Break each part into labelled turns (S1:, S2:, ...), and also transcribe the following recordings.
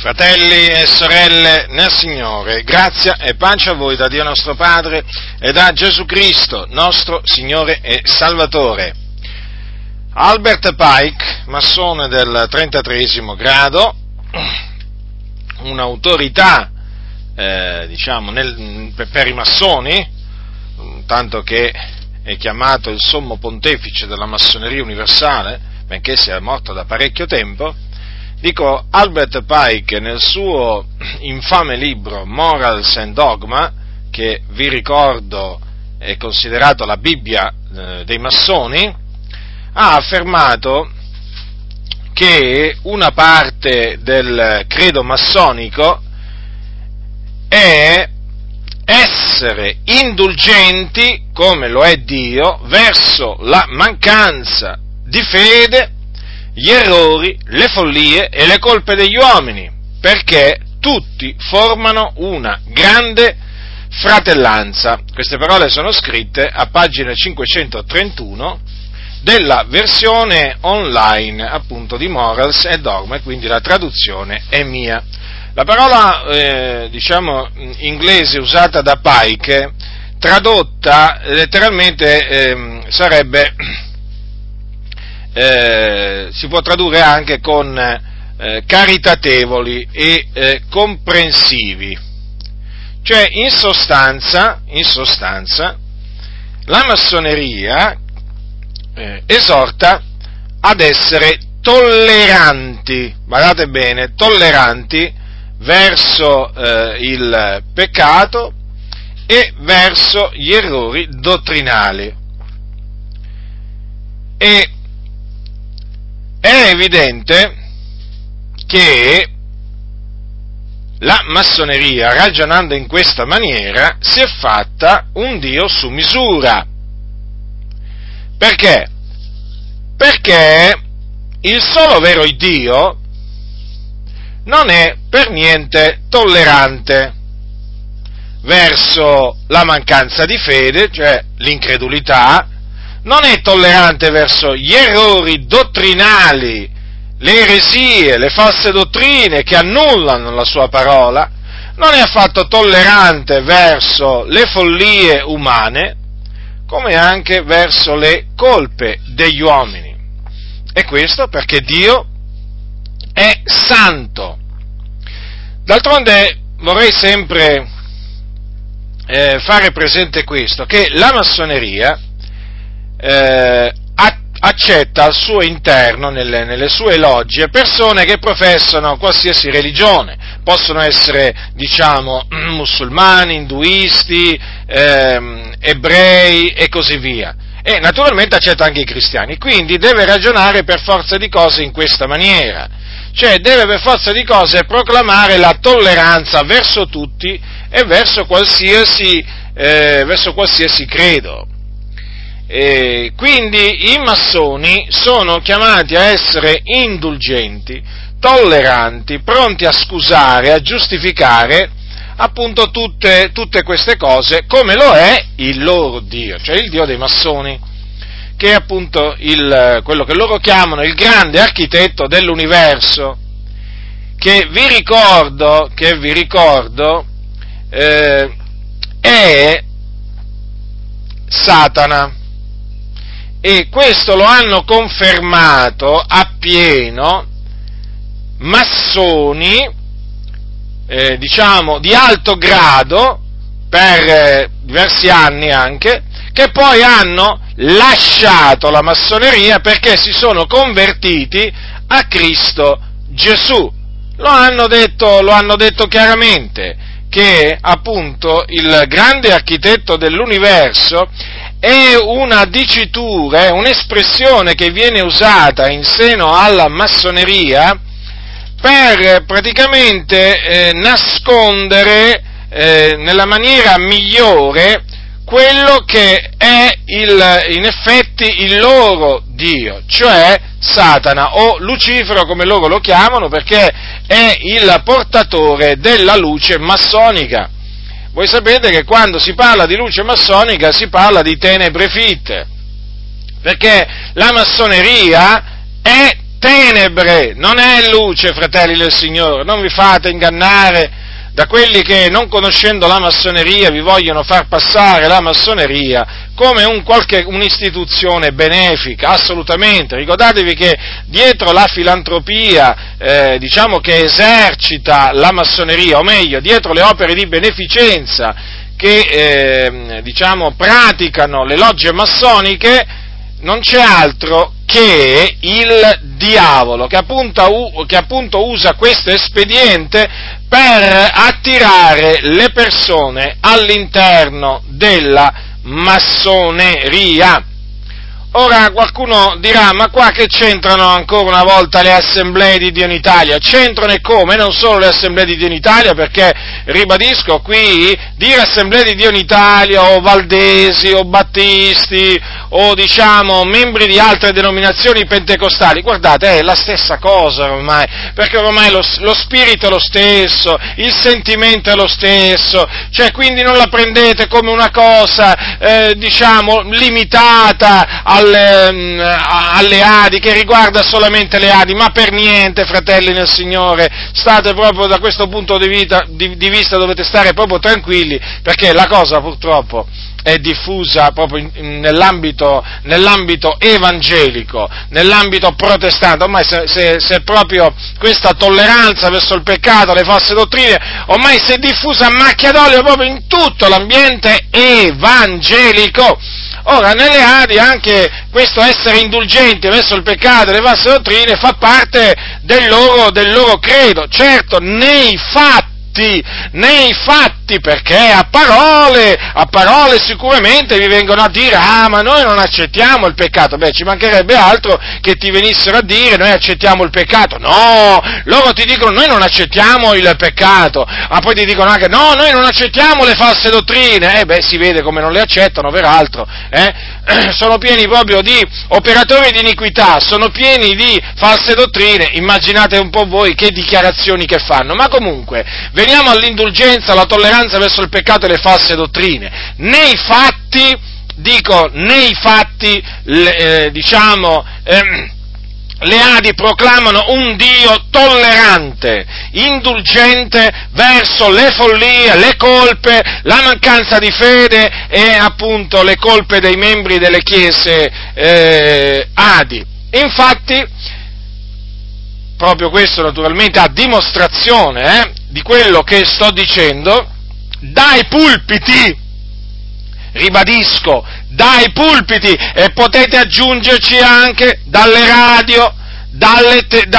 S1: Fratelli e sorelle nel Signore, grazia e pace a voi da Dio nostro Padre e da Gesù Cristo, nostro Signore e Salvatore. Albert Pike, massone del 33° grado, un'autorità, per i massoni, tanto che è chiamato il sommo pontefice della massoneria universale, benché sia morto da parecchio tempo. Albert Pike, nel suo infame libro Morals and Dogma, che vi ricordo è considerato la Bibbia dei massoni, ha affermato che una parte del credo massonico è essere indulgenti, come lo è Dio, verso la mancanza di fede, gli errori, le follie e le colpe degli uomini, perché tutti formano una grande fratellanza. Queste parole sono scritte a pagina 531 della versione online, appunto, di Morals and Dogma, e quindi la traduzione è mia. La parola, inglese usata da Pike, tradotta letteralmente sarebbe... si può tradurre anche con caritatevoli e comprensivi. Cioè, in sostanza, la massoneria esorta ad essere tolleranti, badate bene, tolleranti verso il peccato e verso gli errori dottrinali. E è evidente che la massoneria, ragionando in questa maniera, si è fatta un Dio su misura. Perché? Perché il solo vero Dio non è per niente tollerante verso la mancanza di fede, cioè l'incredulità, non è tollerante verso gli errori dottrinali, le eresie, le false dottrine che annullano la sua parola, non è affatto tollerante verso le follie umane, come anche verso le colpe degli uomini. E questo perché Dio è santo. D'altronde vorrei sempre fare presente questo, che la massoneria accetta al suo interno, nelle sue logge, persone che professano qualsiasi religione, possono essere, musulmani, induisti, ebrei e così via, e naturalmente accetta anche i cristiani, quindi deve ragionare per forza di cose in questa maniera, cioè deve per forza di cose proclamare la tolleranza verso tutti e verso qualsiasi credo. Quindi i massoni sono chiamati a essere indulgenti, tolleranti, pronti a scusare, a giustificare appunto tutte queste cose, come lo è il loro Dio, cioè il Dio dei massoni, che è appunto quello che loro chiamano il grande architetto dell'universo, che vi ricordo è Satana. E questo lo hanno confermato appieno massoni, di alto grado, per diversi anni anche, che poi hanno lasciato la massoneria perché si sono convertiti a Cristo Gesù. Lo hanno detto chiaramente, che appunto il grande architetto dell'universo è una dicitura, è un'espressione che viene usata in seno alla massoneria per praticamente nascondere nella maniera migliore quello che è in effetti il loro Dio, cioè Satana o Lucifero, come loro lo chiamano, perché è il portatore della luce massonica. Voi sapete che quando si parla di luce massonica si parla di tenebre fitte, perché la massoneria è tenebre, non è luce, fratelli del Signore. Non vi fate ingannare da quelli che, non conoscendo la massoneria, vi vogliono far passare la massoneria come un'istituzione benefica. Assolutamente. Ricordatevi che dietro la filantropia, che esercita la massoneria, o meglio, dietro le opere di beneficenza che, praticano le logge massoniche, non c'è altro che il diavolo, che appunto usa questo espediente per attirare le persone all'interno della massoneria. Ora qualcuno dirà, ma qua che c'entrano ancora una volta le assemblee di Dio in Italia? C'entrano e come? Non solo le assemblee di Dio in Italia, perché, ribadisco, qui dire assemblee di Dio in Italia, o valdesi, o battisti, o membri di altre denominazioni pentecostali, guardate, è la stessa cosa ormai, perché ormai lo spirito è lo stesso, il sentimento è lo stesso, cioè quindi non la prendete come una cosa, limitata alle Adi, che riguarda solamente le Adi, ma per niente, fratelli nel Signore, state proprio da questo punto di vista dovete stare proprio tranquilli, perché la cosa purtroppo è diffusa proprio nell'ambito evangelico, nell'ambito protestante. Ormai se proprio questa tolleranza verso il peccato, le false dottrine, ormai si è diffusa a macchia d'olio proprio in tutto l'ambiente evangelico. Ora, nelle Adi anche questo essere indulgenti verso il peccato e le false dottrine fa parte del loro credo, certo, nei fatti, perché a parole sicuramente vi vengono a dire, ma noi non accettiamo il peccato. Beh, ci mancherebbe altro che ti venissero a dire, noi accettiamo il peccato. No, loro ti dicono, noi non accettiamo il peccato, ma poi ti dicono anche, no, noi non accettiamo le false dottrine. Si vede come non le accettano, peraltro, sono pieni proprio di operatori di iniquità, sono pieni di false dottrine. Immaginate un po' voi che dichiarazioni che fanno. Ma comunque, veniamo all'indulgenza, alla tolleranza verso il peccato e le false dottrine. Nei fatti, le Adi proclamano un Dio tollerante, indulgente verso le follie, le colpe, la mancanza di fede e appunto le colpe dei membri delle chiese Adi. Infatti, proprio questo naturalmente a dimostrazione di quello che sto dicendo, dai pulpiti, ribadisco, dai pulpiti, e potete aggiungerci anche dalle radio, dalla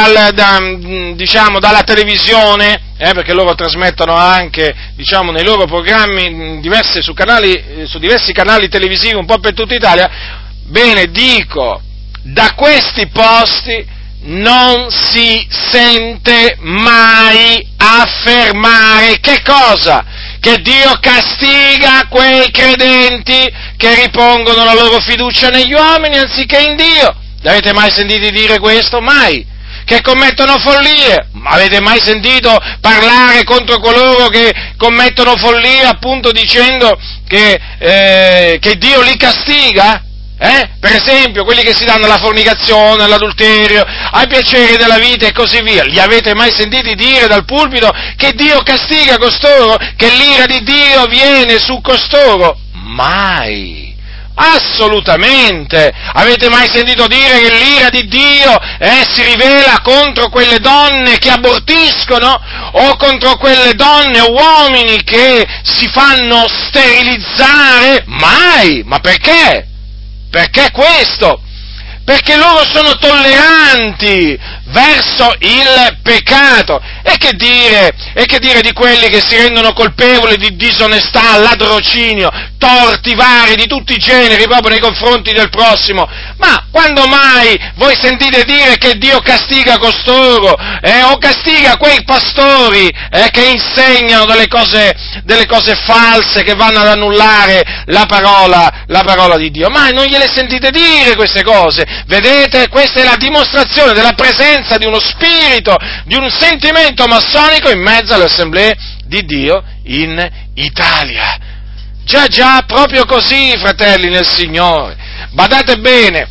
S1: televisione, perché loro trasmettono anche, nei loro programmi su diversi canali televisivi un po' per tutta Italia. Bene, dico, da questi posti non si sente mai affermare che cosa? Che Dio castiga quei credenti che ripongono la loro fiducia negli uomini anziché in Dio. L'avete mai sentito dire questo? Mai. Che commettono follie? Avete mai sentito parlare contro coloro che commettono follie, appunto dicendo che Dio li castiga? Per esempio, quelli che si danno alla fornicazione, all'adulterio, ai piaceri della vita e così via. Li avete mai sentiti dire dal pulpito che Dio castiga costoro, che l'ira di Dio viene su costoro? Mai! Assolutamente! Avete mai sentito dire che l'ira di Dio si rivela contro quelle donne che abortiscono o contro quelle donne o uomini che si fanno sterilizzare? Mai! Ma perché? Perché questo? Perché loro sono tolleranti verso il peccato. E che dire di quelli che si rendono colpevoli di disonestà, ladrocinio, torti vari di tutti i generi proprio nei confronti del prossimo? Ma quando mai voi sentite dire che Dio castiga costoro, o castiga quei pastori che insegnano delle cose false che vanno ad annullare la parola di Dio? Ma non gliele sentite dire queste cose? Vedete? Questa è la dimostrazione della presenza di uno spirito, di un sentimento massonico in mezzo alle assemblee di Dio in Italia. Già, proprio così, fratelli nel Signore. Badate bene,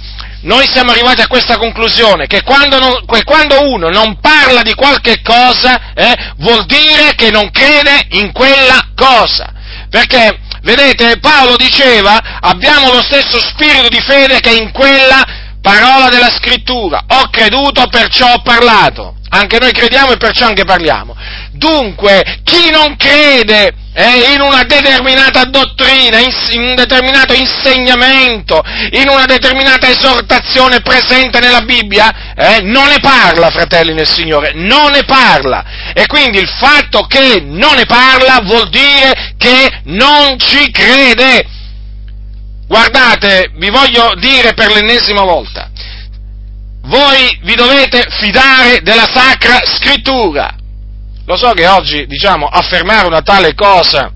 S1: noi siamo arrivati a questa conclusione, che quando uno non parla di qualche cosa, vuol dire che non crede in quella cosa. Perché, vedete, Paolo diceva, abbiamo lo stesso spirito di fede che in quella parola della Scrittura. Ho creduto, perciò ho parlato. Anche noi crediamo e perciò anche parliamo. Dunque, chi non crede in una determinata dottrina, in un determinato insegnamento, in una determinata esortazione presente nella Bibbia, non ne parla, fratelli nel Signore, non ne parla. E quindi il fatto che non ne parla vuol dire che non ci crede. Guardate, vi voglio dire per l'ennesima volta, voi vi dovete fidare della Sacra Scrittura. Lo so che oggi, affermare una tale cosa,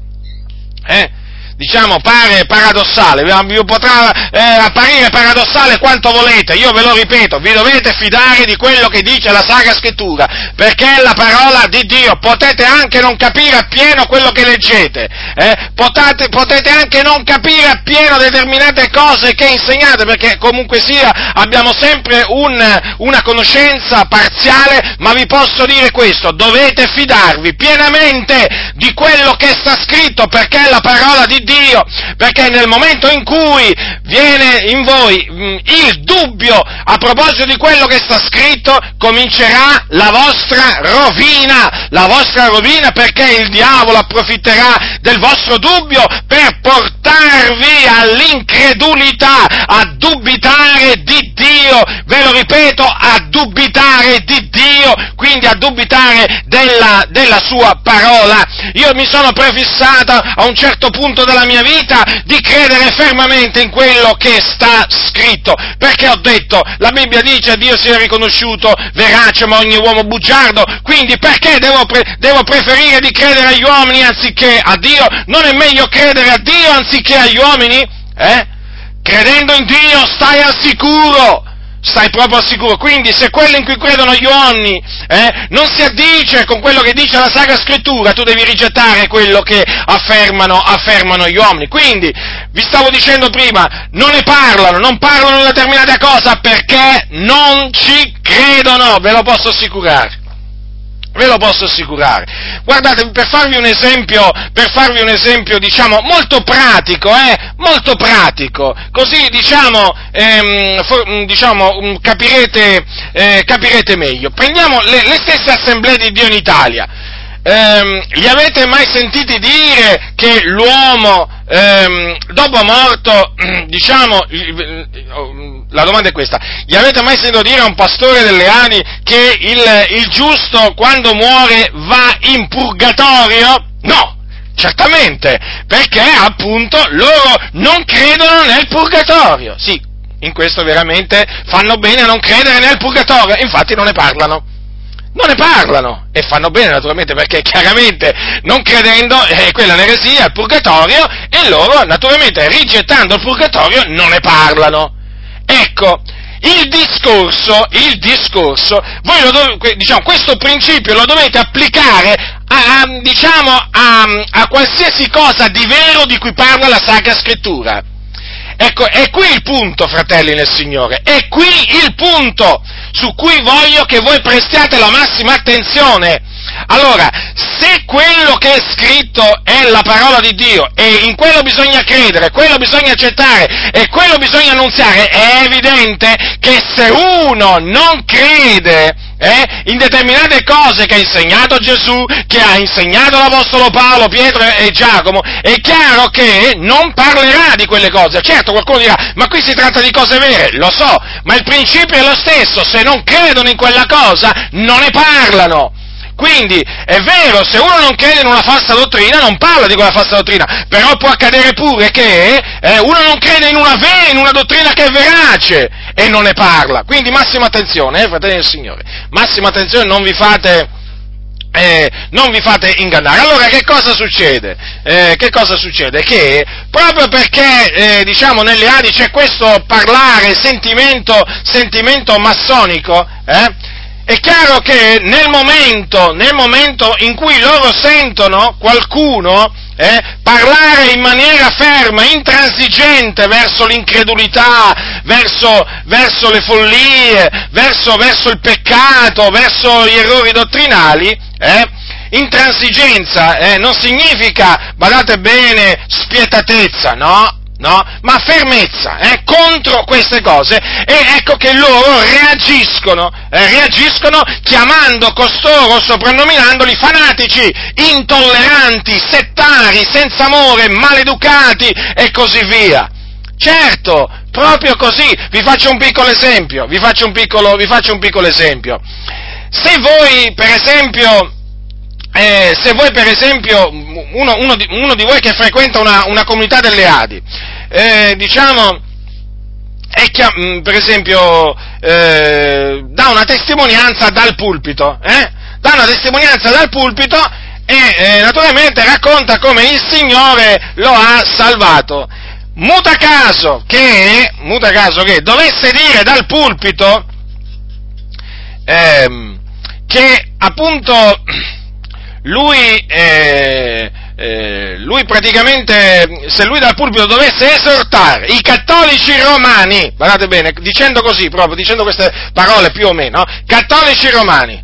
S1: pare paradossale, vi potrà apparire paradossale quanto volete, io ve lo ripeto, vi dovete fidare di quello che dice la Sacra Scrittura, perché è la parola di Dio. Potete anche non capire appieno quello che leggete, potete anche non capire appieno determinate cose che insegnate, perché comunque sia abbiamo sempre una conoscenza parziale, ma vi posso dire questo: dovete fidarvi pienamente di quello che sta scritto, perché è la parola di Dio, perché nel momento in cui viene in voi il dubbio a proposito di quello che sta scritto, comincerà la vostra rovina, perché il diavolo approfitterà del vostro dubbio per portarvi all'incredulità, a dubitare di Dio, ve lo ripeto, a dubitare di Dio, quindi a dubitare della sua parola. Io mi sono prefissata a un certo punto della mia vita di credere fermamente in quello che sta scritto, perché ho detto, la Bibbia dice Dio sia riconosciuto verace ma ogni uomo bugiardo, quindi perché devo preferire di credere agli uomini anziché a Dio? Non è meglio credere a Dio anziché agli uomini? Credendo in Dio stai al sicuro, stai proprio al sicuro. Quindi se quello in cui credono gli uomini non si addice con quello che dice la Sacra Scrittura, tu devi rigettare quello che affermano gli uomini. Quindi vi stavo dicendo prima, non parlano di determinate cose perché non ci credono, ve lo posso assicurare. Guardate, per farvi un esempio, molto pratico, così, capirete meglio. Prendiamo le stesse assemblee di Dio in Italia. Li avete mai sentiti dire che l'uomo, dopo morto, la domanda è questa: gli avete mai sentito dire a un pastore delle Adi che il giusto quando muore va in purgatorio? No! Certamente, perché appunto loro non credono nel purgatorio. Sì, in questo veramente fanno bene a non credere nel purgatorio, infatti non ne parlano, e fanno bene naturalmente, perché chiaramente non credendo quella è un'eresia, il purgatorio, e loro naturalmente rigettando il purgatorio non ne parlano. Ecco, il discorso, voi questo principio lo dovete applicare a qualsiasi cosa di vero di cui parla la Sacra Scrittura. Ecco, è qui il punto, fratelli nel Signore, è qui il punto su cui voglio che voi prestiate la massima attenzione. Allora, se quello che è scritto è la parola di Dio, e in quello bisogna credere, quello bisogna accettare, e quello bisogna annunziare, è evidente che se uno non crede in determinate cose che ha insegnato Gesù, che ha insegnato l'Apostolo Paolo, Pietro e Giacomo, è chiaro che non parlerà di quelle cose. Certo, qualcuno dirà, ma qui si tratta di cose vere, lo so, ma il principio è lo stesso: se non credono in quella cosa, non ne parlano. Quindi, è vero, se uno non crede in una falsa dottrina, non parla di quella falsa dottrina, però può accadere pure che uno non crede in una dottrina che è verace, e non ne parla. Quindi massima attenzione, fratelli del Signore, massima attenzione, non vi fate ingannare. Allora, che cosa succede? Che proprio perché, nelle Adi c'è questo parlare, sentimento massonico, è chiaro che nel momento in cui loro sentono qualcuno parlare in maniera ferma, intransigente verso l'incredulità, verso le follie, verso il peccato, verso gli errori dottrinali, intransigenza non significa, badate bene, spietatezza, no, ma fermezza contro queste cose, e ecco che loro reagiscono chiamando costoro, soprannominandoli fanatici, intolleranti, settari, senza amore, maleducati e così via. Certo, proprio così. Vi faccio un piccolo esempio. Se voi per esempio, uno di voi che frequenta una comunità delle Adi, per esempio, dà una testimonianza dal pulpito, e naturalmente racconta come il Signore lo ha salvato. Muta caso che dovesse dire dal pulpito che appunto lui praticamente, se lui dal pulpito dovesse esortare i cattolici romani, guardate bene, dicendo queste parole più o meno, cattolici romani,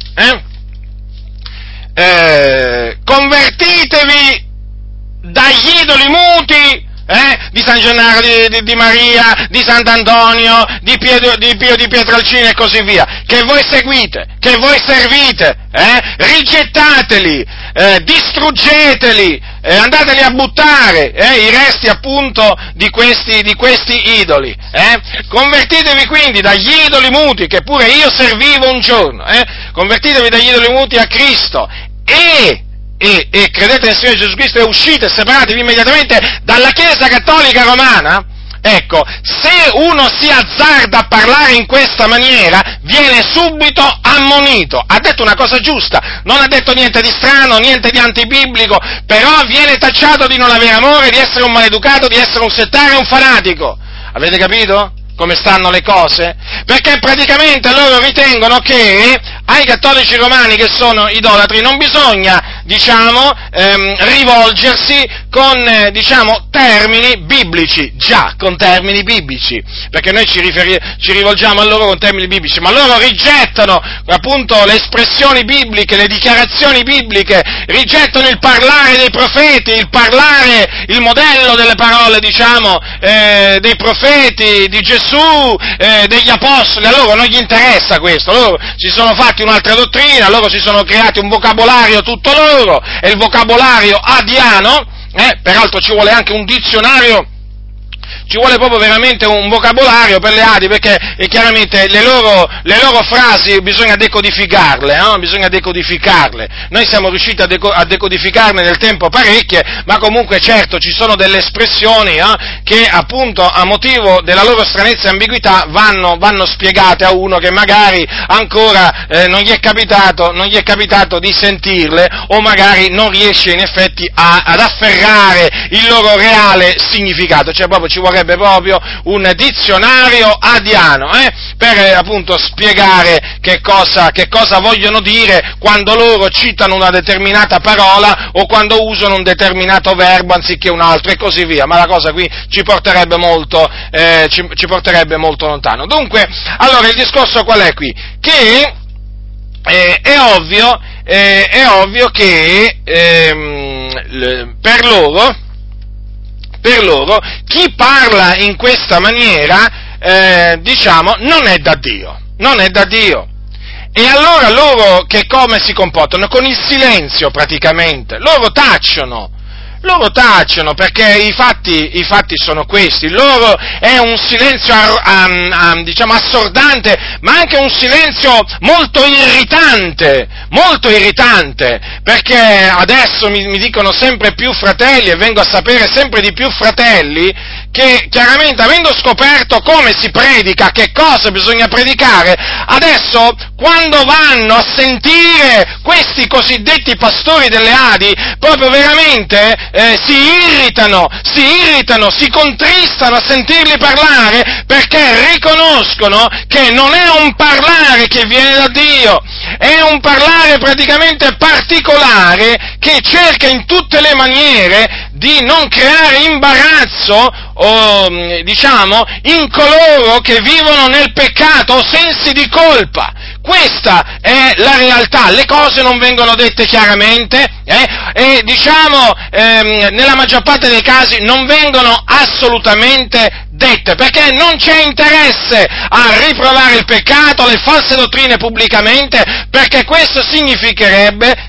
S1: convertitevi dagli idoli muti, di San Gennaro di Maria, di Sant'Antonio, di Pio di Pietrelcina e così via, che voi seguite, che voi servite, rigettateli, distruggeteli, andateli a buttare, i resti appunto di questi idoli, convertitevi quindi dagli idoli muti, che pure io servivo un giorno, convertitevi dagli idoli muti a Cristo, e credete nel Signore Gesù Cristo e uscite, separatevi immediatamente dalla Chiesa Cattolica Romana. Ecco, se uno si azzarda a parlare in questa maniera, viene subito ammonito. Ha detto una cosa giusta, non ha detto niente di strano, niente di antibiblico, però viene tacciato di non avere amore, di essere un maleducato, di essere un settario, un fanatico. Avete capito come stanno le cose? Perché praticamente loro ritengono che ai cattolici romani che sono idolatri non bisogna, rivolgersi con, termini biblici, con termini biblici, perché noi ci rivolgiamo a loro con termini biblici, ma loro rigettano appunto le espressioni bibliche, le dichiarazioni bibliche, rigettano il parlare dei profeti, il modello delle parole, dei profeti, di Gesù, degli apostoli. A loro non gli interessa questo, loro si sono fatti un'altra dottrina, loro si sono creati un vocabolario tutto loro, è il vocabolario adiano, peraltro ci vuole anche un dizionario, ci vuole proprio veramente un vocabolario per le Adi, perché chiaramente le loro frasi bisogna decodificarle, Noi siamo riusciti a decodificarne nel tempo parecchie, ma comunque certo ci sono delle espressioni che appunto a motivo della loro stranezza e ambiguità vanno spiegate a uno che magari ancora non gli è capitato di sentirle, o magari non riesce in effetti ad afferrare il loro reale significato, cioè proprio ci vorrebbe proprio un dizionario adiano, per appunto spiegare che cosa vogliono dire quando loro citano una determinata parola o quando usano un determinato verbo anziché un altro e così via, ma la cosa qui ci porterebbe molto lontano. Dunque, allora il discorso qual è qui? Che è ovvio che per loro chi parla in questa maniera, non è da Dio. E allora loro che come si comportano? Con il silenzio praticamente, loro tacciono perché i fatti sono questi, loro è un silenzio assordante, ma anche un silenzio molto irritante, perché adesso mi dicono sempre più fratelli, e vengo a sapere sempre di più fratelli, che chiaramente avendo scoperto come si predica, che cosa bisogna predicare, adesso quando vanno a sentire questi cosiddetti pastori delle Adi, proprio veramente si irritano, si contristano a sentirli parlare, perché riconoscono che non è un parlare che viene da Dio, è un parlare praticamente particolare che cerca in tutte le maniere di non creare imbarazzo o, diciamo, in coloro che vivono nel peccato o sensi di colpa. Questa è la realtà, le cose non vengono dette chiaramente, e diciamo, nella maggior parte dei casi non vengono assolutamente dette, perché non c'è interesse a riprovare il peccato, le false dottrine pubblicamente, perché questo significherebbe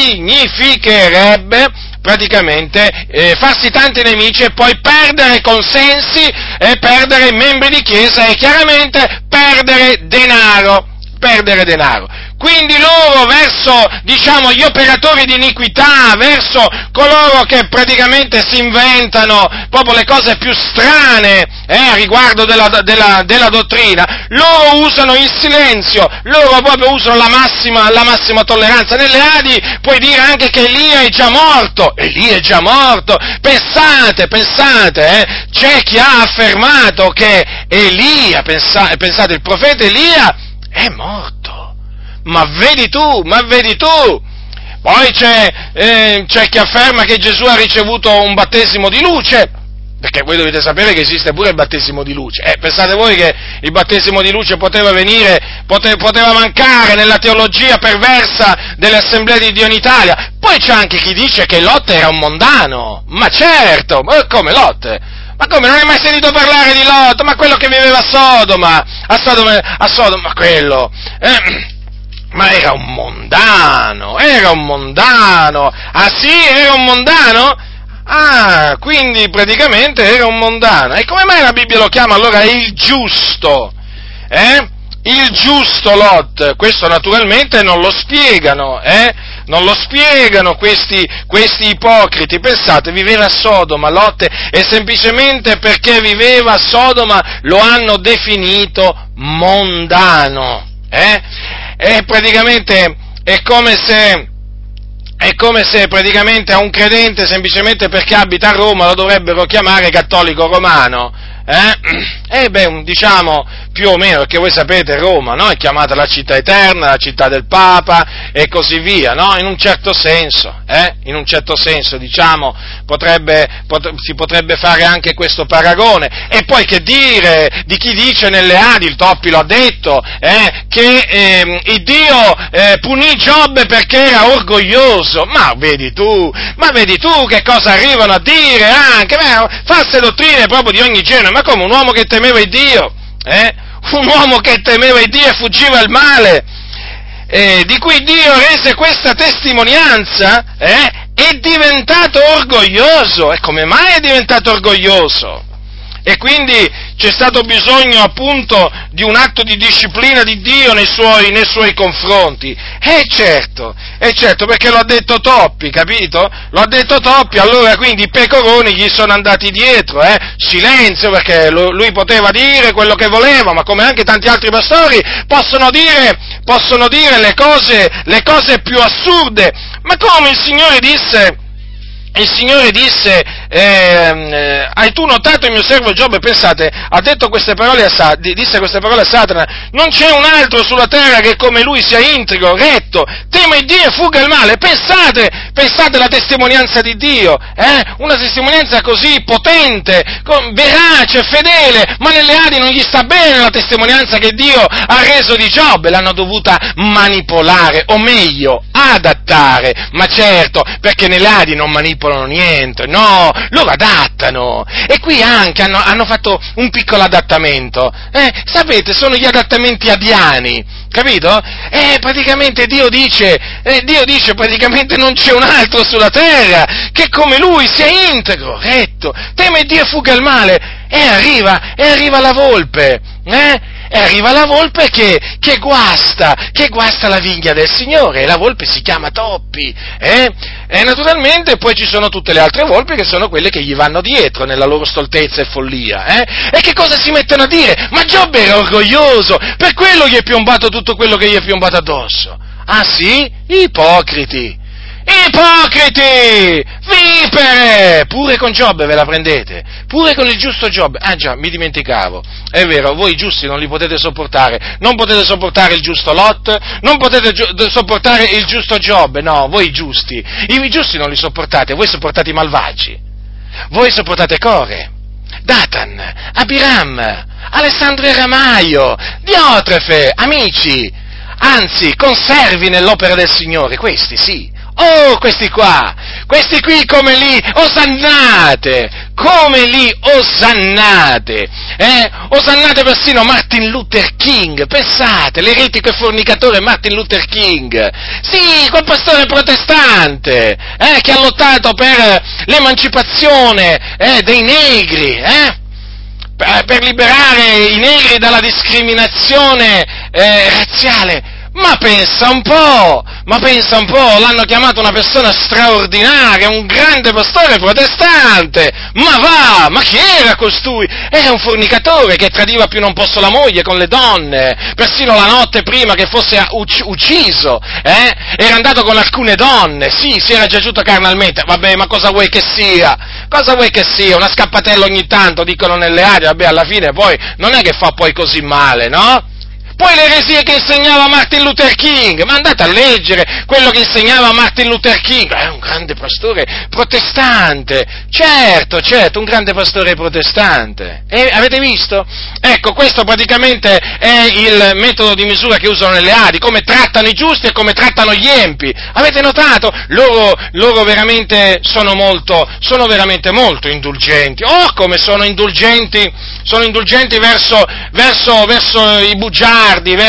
S1: praticamente farsi tanti nemici e poi perdere consensi e perdere membri di chiesa e chiaramente perdere denaro. Quindi loro verso, diciamo, gli operatori di iniquità, verso coloro che praticamente si inventano proprio le cose più strane a riguardo della dottrina, loro usano il silenzio, loro proprio usano la massima tolleranza. Nelle Adi puoi dire anche che Elia è già morto, pensate, c'è chi ha affermato che Elia, pensate, il profeta Elia è morto. Ma vedi tu! Poi c'è chi afferma che Gesù ha ricevuto un battesimo di luce, perché voi dovete sapere che esiste pure il battesimo di luce. Pensate voi che il battesimo di luce poteva mancare nella teologia perversa delle assemblee di Dio in Italia? Poi c'è anche chi dice che Lot era un mondano. Ma certo, ma come Lot? Ma come, non hai mai sentito parlare di Lot? Ma quello che viveva a Sodoma, quello... Ma era un mondano! Ah sì, era un mondano? Ah, quindi praticamente era un mondano. E come mai la Bibbia lo chiama allora il giusto? Il giusto Lot. Questo naturalmente non lo spiegano, Non lo spiegano questi ipocriti. Pensate, viveva a Sodoma, Lot, e semplicemente perché viveva a Sodoma lo hanno definito mondano, E praticamente è come se praticamente a un credente, semplicemente perché abita a Roma, lo dovrebbero chiamare cattolico romano, diciamo più o meno, perché voi sapete Roma, no? È chiamata la città eterna, la città del Papa e così via, no? In un certo senso, diciamo, si potrebbe fare anche questo paragone. E poi che dire di chi dice nelle Adi, il Toppi lo ha detto, che il Dio punì Giobbe perché era orgoglioso. Ma vedi tu che cosa arrivano a dire anche, false dottrine proprio di ogni genere. Ma come, un uomo che temeva il Dio, un uomo che temeva il Dio e fuggiva il male, di cui Dio rese questa testimonianza, è diventato orgoglioso. E come mai è diventato orgoglioso? E quindi c'è stato bisogno appunto di un atto di disciplina di Dio nei suoi confronti. Certo, perché lo ha detto Toppi, capito? Lo ha detto Toppi, allora quindi i pecoroni gli sono andati dietro, silenzio, perché lui poteva dire quello che voleva, ma come anche tanti altri pastori possono dire le cose più assurde. Ma come il Signore disse, hai tu notato il mio servo Giobbe? Pensate, ha detto disse queste parole a Satana: non c'è un altro sulla terra che come lui sia integro, retto, teme Dio e fugga il male. Pensate alla testimonianza di Dio, una testimonianza così potente, verace, fedele, ma nelle Adi non gli sta bene la testimonianza che Dio ha reso di Giobbe, l'hanno dovuta manipolare, o meglio, adattare, ma certo, perché nelle Adi non manipolano niente, no, loro adattano, e qui anche hanno fatto un piccolo adattamento, sapete, sono gli adattamenti adiani, capito? Praticamente Dio dice praticamente non c'è un altro sulla terra che come lui sia integro, retto, teme Dio e fugga il male, e arriva la volpe, E arriva la volpe che guasta la vigna del Signore, e la volpe si chiama Toppi, E naturalmente poi ci sono tutte le altre volpi che sono quelle che gli vanno dietro nella loro stoltezza e follia, E che cosa si mettono a dire? Ma Giobbe era orgoglioso, per quello gli è piombato tutto quello che gli è piombato addosso. Ah sì? Ipocriti, Ipocriti! Vipere! Pure con Giobbe ve la prendete, pure con il giusto Giobbe. Ah già, mi dimenticavo, è vero, voi giusti non li potete sopportare, non potete sopportare il giusto Lot, non potete sopportare il giusto Giobbe, no, voi giusti, i giusti non li sopportate, voi sopportate i malvagi, voi sopportate Core, Datan, Abiram, Alessandro Eramaio, Diotrefe, amici, anzi, conservi nell'opera del Signore, questi sì. Oh, questi qui come li osannate, osannate persino Martin Luther King, pensate, l'eretico e fornicatore Martin Luther King, sì, quel pastore protestante, che ha lottato per l'emancipazione, dei negri, per liberare i negri dalla discriminazione, razziale. Ma pensa un po', l'hanno chiamato una persona straordinaria, un grande pastore protestante, ma chi era costui? Era un fornicatore che tradiva più non posso la moglie con le donne, persino la notte prima che fosse ucciso, era andato con alcune donne, sì, si era giaciuto carnalmente, vabbè, ma cosa vuoi che sia? Una scappatella ogni tanto, dicono nelle aree, vabbè, alla fine poi non è che fa poi così male, no? Poi le eresie che insegnava Martin Luther King, ma andate a leggere quello che insegnava Martin Luther King, è un grande pastore protestante, certo, un grande pastore protestante, e avete visto? Ecco, questo praticamente è il metodo di misura che usano nelle Adi, come trattano i giusti e come trattano gli empi, avete notato? Loro veramente sono veramente molto indulgenti, come sono indulgenti verso i bugiardi,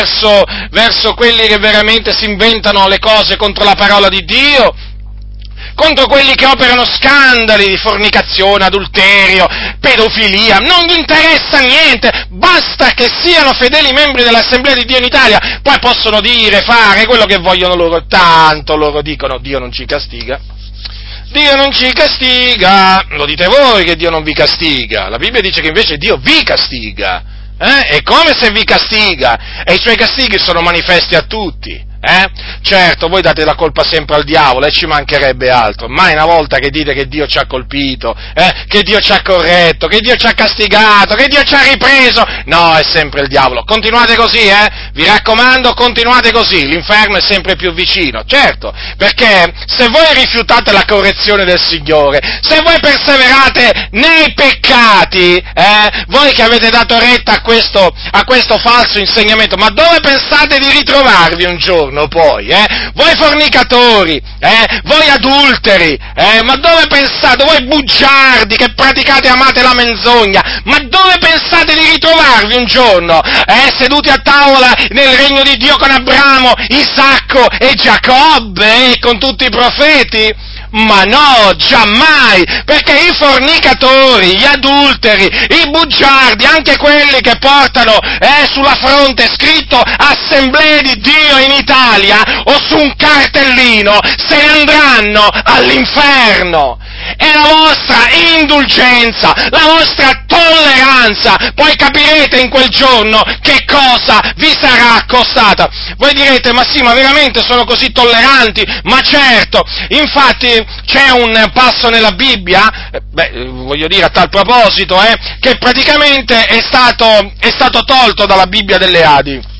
S1: verso quelli che veramente si inventano le cose contro la parola di Dio, contro quelli che operano scandali di fornicazione, adulterio, pedofilia, non gli interessa niente, basta che siano fedeli membri dell'Assemblea di Dio in Italia, poi possono dire, fare quello che vogliono loro, tanto loro dicono Dio non ci castiga. Dio non ci castiga, lo dite voi che Dio non vi castiga, la Bibbia dice che invece Dio vi castiga, è come se vi castiga, e i suoi castighi sono manifesti a tutti, Certo, voi date la colpa sempre al diavolo, e ci mancherebbe altro, mai una volta che dite che Dio ci ha colpito, che Dio ci ha corretto, che Dio ci ha castigato, che Dio ci ha ripreso, no, è sempre il diavolo, continuate così, vi raccomando, continuate così, l'inferno è sempre più vicino, certo, perché se voi rifiutate la correzione del Signore, se voi perseverate nei peccati, voi che avete dato retta a questo falso insegnamento, ma dove pensate di ritrovarvi un giorno? Poi, voi fornicatori, voi adulteri, ma dove pensate, voi bugiardi che praticate e amate la menzogna, ma dove pensate di ritrovarvi un giorno, seduti a tavola nel regno di Dio con Abramo, Isacco e Giacobbe, con tutti i profeti? Ma no, giammai, perché i fornicatori, gli adulteri, i bugiardi, anche quelli che portano sulla fronte scritto Assemblea di Dio in Italia o su un cartellino, se ne andranno all'inferno. È la vostra indulgenza, la vostra tolleranza, poi capirete in quel giorno che cosa vi sarà costata. Voi direte, ma sì, ma veramente sono così tolleranti? Ma certo, infatti c'è un passo nella Bibbia, voglio dire a tal proposito, che praticamente è stato tolto dalla Bibbia delle Adi.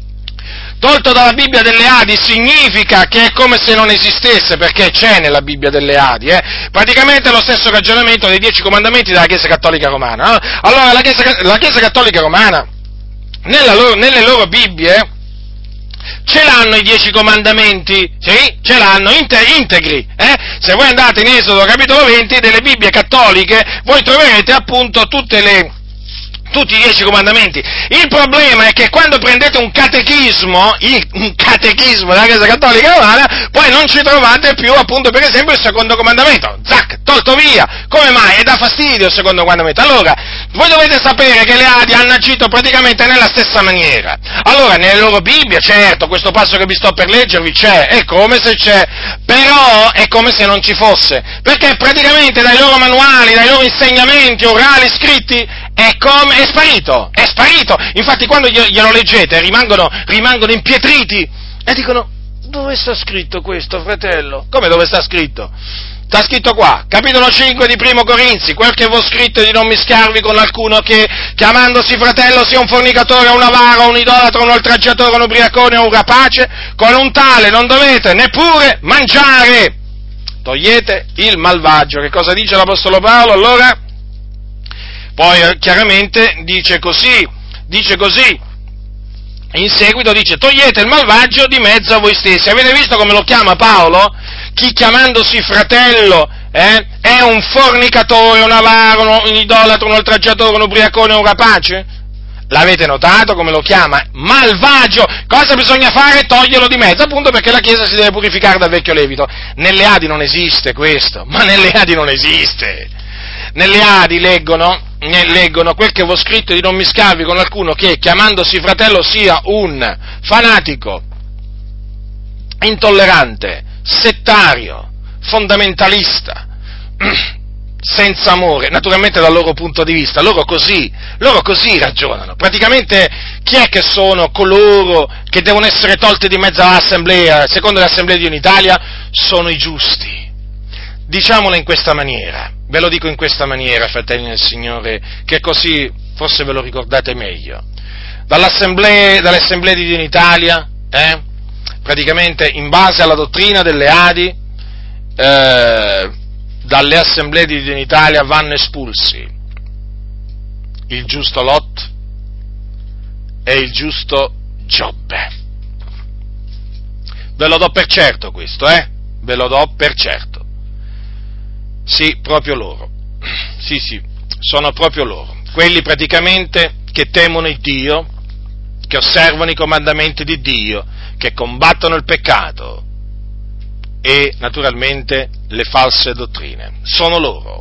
S1: Tolto dalla Bibbia delle Adi significa che è come se non esistesse, perché c'è nella Bibbia delle Adi, praticamente è lo stesso ragionamento dei 10 comandamenti della Chiesa Cattolica Romana, no? Allora la Chiesa Cattolica Romana, nelle loro Bibbie, ce l'hanno i 10 comandamenti, sì, ce l'hanno, integri, Se voi andate in Esodo capitolo 20 delle Bibbie cattoliche, voi troverete appunto tutti i 10 comandamenti. Il problema è che quando prendete un catechismo della Chiesa Cattolica Romana, poi non ci trovate più, appunto, per esempio, il secondo comandamento. Zac, tolto via. Come mai? E dà fastidio il secondo comandamento. Allora, voi dovete sapere che le Adi hanno agito praticamente nella stessa maniera. Allora, nelle loro Bibbie, certo, questo passo che vi sto per leggervi c'è, è come se c'è, però è come se non ci fosse, perché praticamente dai loro manuali, dai loro insegnamenti orali scritti, è sparito, infatti quando glielo leggete rimangono impietriti e dicono, Dove sta scritto questo, fratello? Come dove sta scritto? Sta scritto qua, capitolo 5 di Primo Corinzi, quel che v'ho scritto di non mischiarvi con alcuno che, chiamandosi fratello, sia un fornicatore, un avaro, un idolatra, un oltraggiatore, un ubriacone o un rapace, con un tale non dovete neppure mangiare. Togliete il malvagio. Che cosa dice l'Apostolo Paolo allora? Poi chiaramente dice così, in seguito dice: togliete il malvagio di mezzo a voi stessi. Avete visto come lo chiama Paolo? Chi chiamandosi fratello è un fornicatore, un avaro, un idolatra, un oltraggiatore, un ubriacone, un rapace? L'avete notato come lo chiama? Malvagio! Cosa bisogna fare? Toglierlo di mezzo, appunto perché la Chiesa si deve purificare dal vecchio levito. Nelle Adi non esiste questo, ma nelle Adi non esiste. Nelle Adi leggono quel che v'ho scritto di non mischiarvi con alcuno che, chiamandosi fratello, sia un fanatico, intollerante, settario, fondamentalista, senza amore, naturalmente dal loro punto di vista, loro così ragionano. Praticamente chi è che sono coloro che devono essere tolti di mezzo all'assemblea, secondo l'Assemblea di Unitalia? Sono i giusti. Diciamolo in questa maniera, ve lo dico in questa maniera, fratelli del Signore, che così forse ve lo ricordate meglio. Dall'Assemblea di Dio in Italia, praticamente in base alla dottrina delle Adi, dalle Assemblee di Dio in Italia vanno espulsi il giusto Lot e il giusto Giobbe. Ve lo do per certo questo, ve lo do per certo. Sì, proprio loro. Sì, sono proprio loro. Quelli praticamente che temono il Dio, che osservano i comandamenti di Dio, che combattono il peccato e naturalmente le false dottrine. Sono loro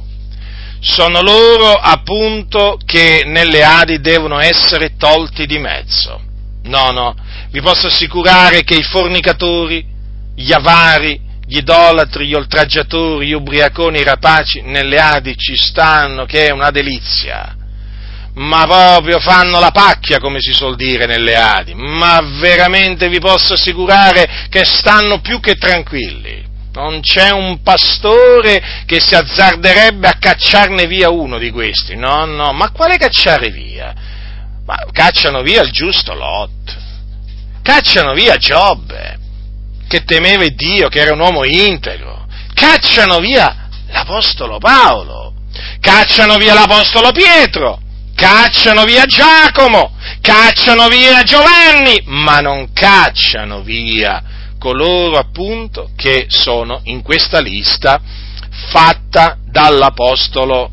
S1: appunto che nelle Adi devono essere tolti di mezzo. No, vi posso assicurare che i fornicatori, gli avari, gli idolatri, gli oltraggiatori, gli ubriaconi, i rapaci, nelle Adi ci stanno, che è una delizia, ma proprio fanno la pacchia, come si suol dire nelle Adi, ma veramente vi posso assicurare che stanno più che tranquilli, non c'è un pastore che si azzarderebbe a cacciarne via uno di questi, no, ma quale cacciare via? Ma cacciano via il giusto Lot, cacciano via Giobbe, che temeva Dio, che era un uomo integro, cacciano via l'Apostolo Paolo, cacciano via l'Apostolo Pietro, cacciano via Giacomo, cacciano via Giovanni, ma non cacciano via coloro appunto che sono in questa lista fatta dall'Apostolo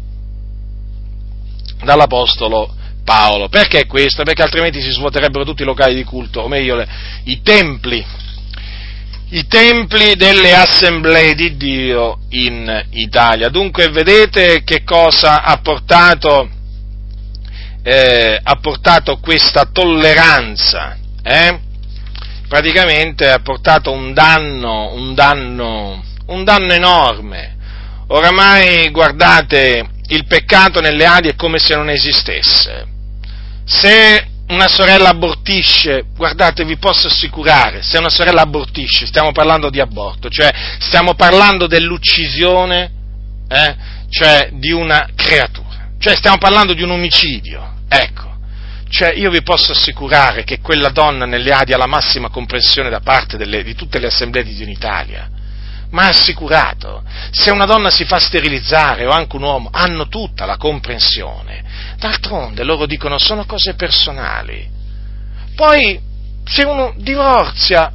S1: Paolo. Perché questo? Perché altrimenti si svuoterebbero tutti i locali di culto, o meglio i templi delle Assemblee di Dio in Italia. Dunque vedete che cosa ha portato questa tolleranza, Praticamente ha portato un danno enorme. Oramai, guardate, il peccato nelle Adi è come se non esistesse. Se una sorella abortisce, guardate, vi posso assicurare, se una sorella abortisce, stiamo parlando di aborto, cioè stiamo parlando dell'uccisione, cioè di una creatura, cioè stiamo parlando di un omicidio, ecco. Cioè io vi posso assicurare che quella donna nelle Adi ha la massima comprensione da parte di tutte le assemblee di Dio in Italia, ma assicurato. Se una donna si fa sterilizzare o anche un uomo, hanno tutta la comprensione. D'altronde loro dicono sono cose personali. Poi se uno divorzia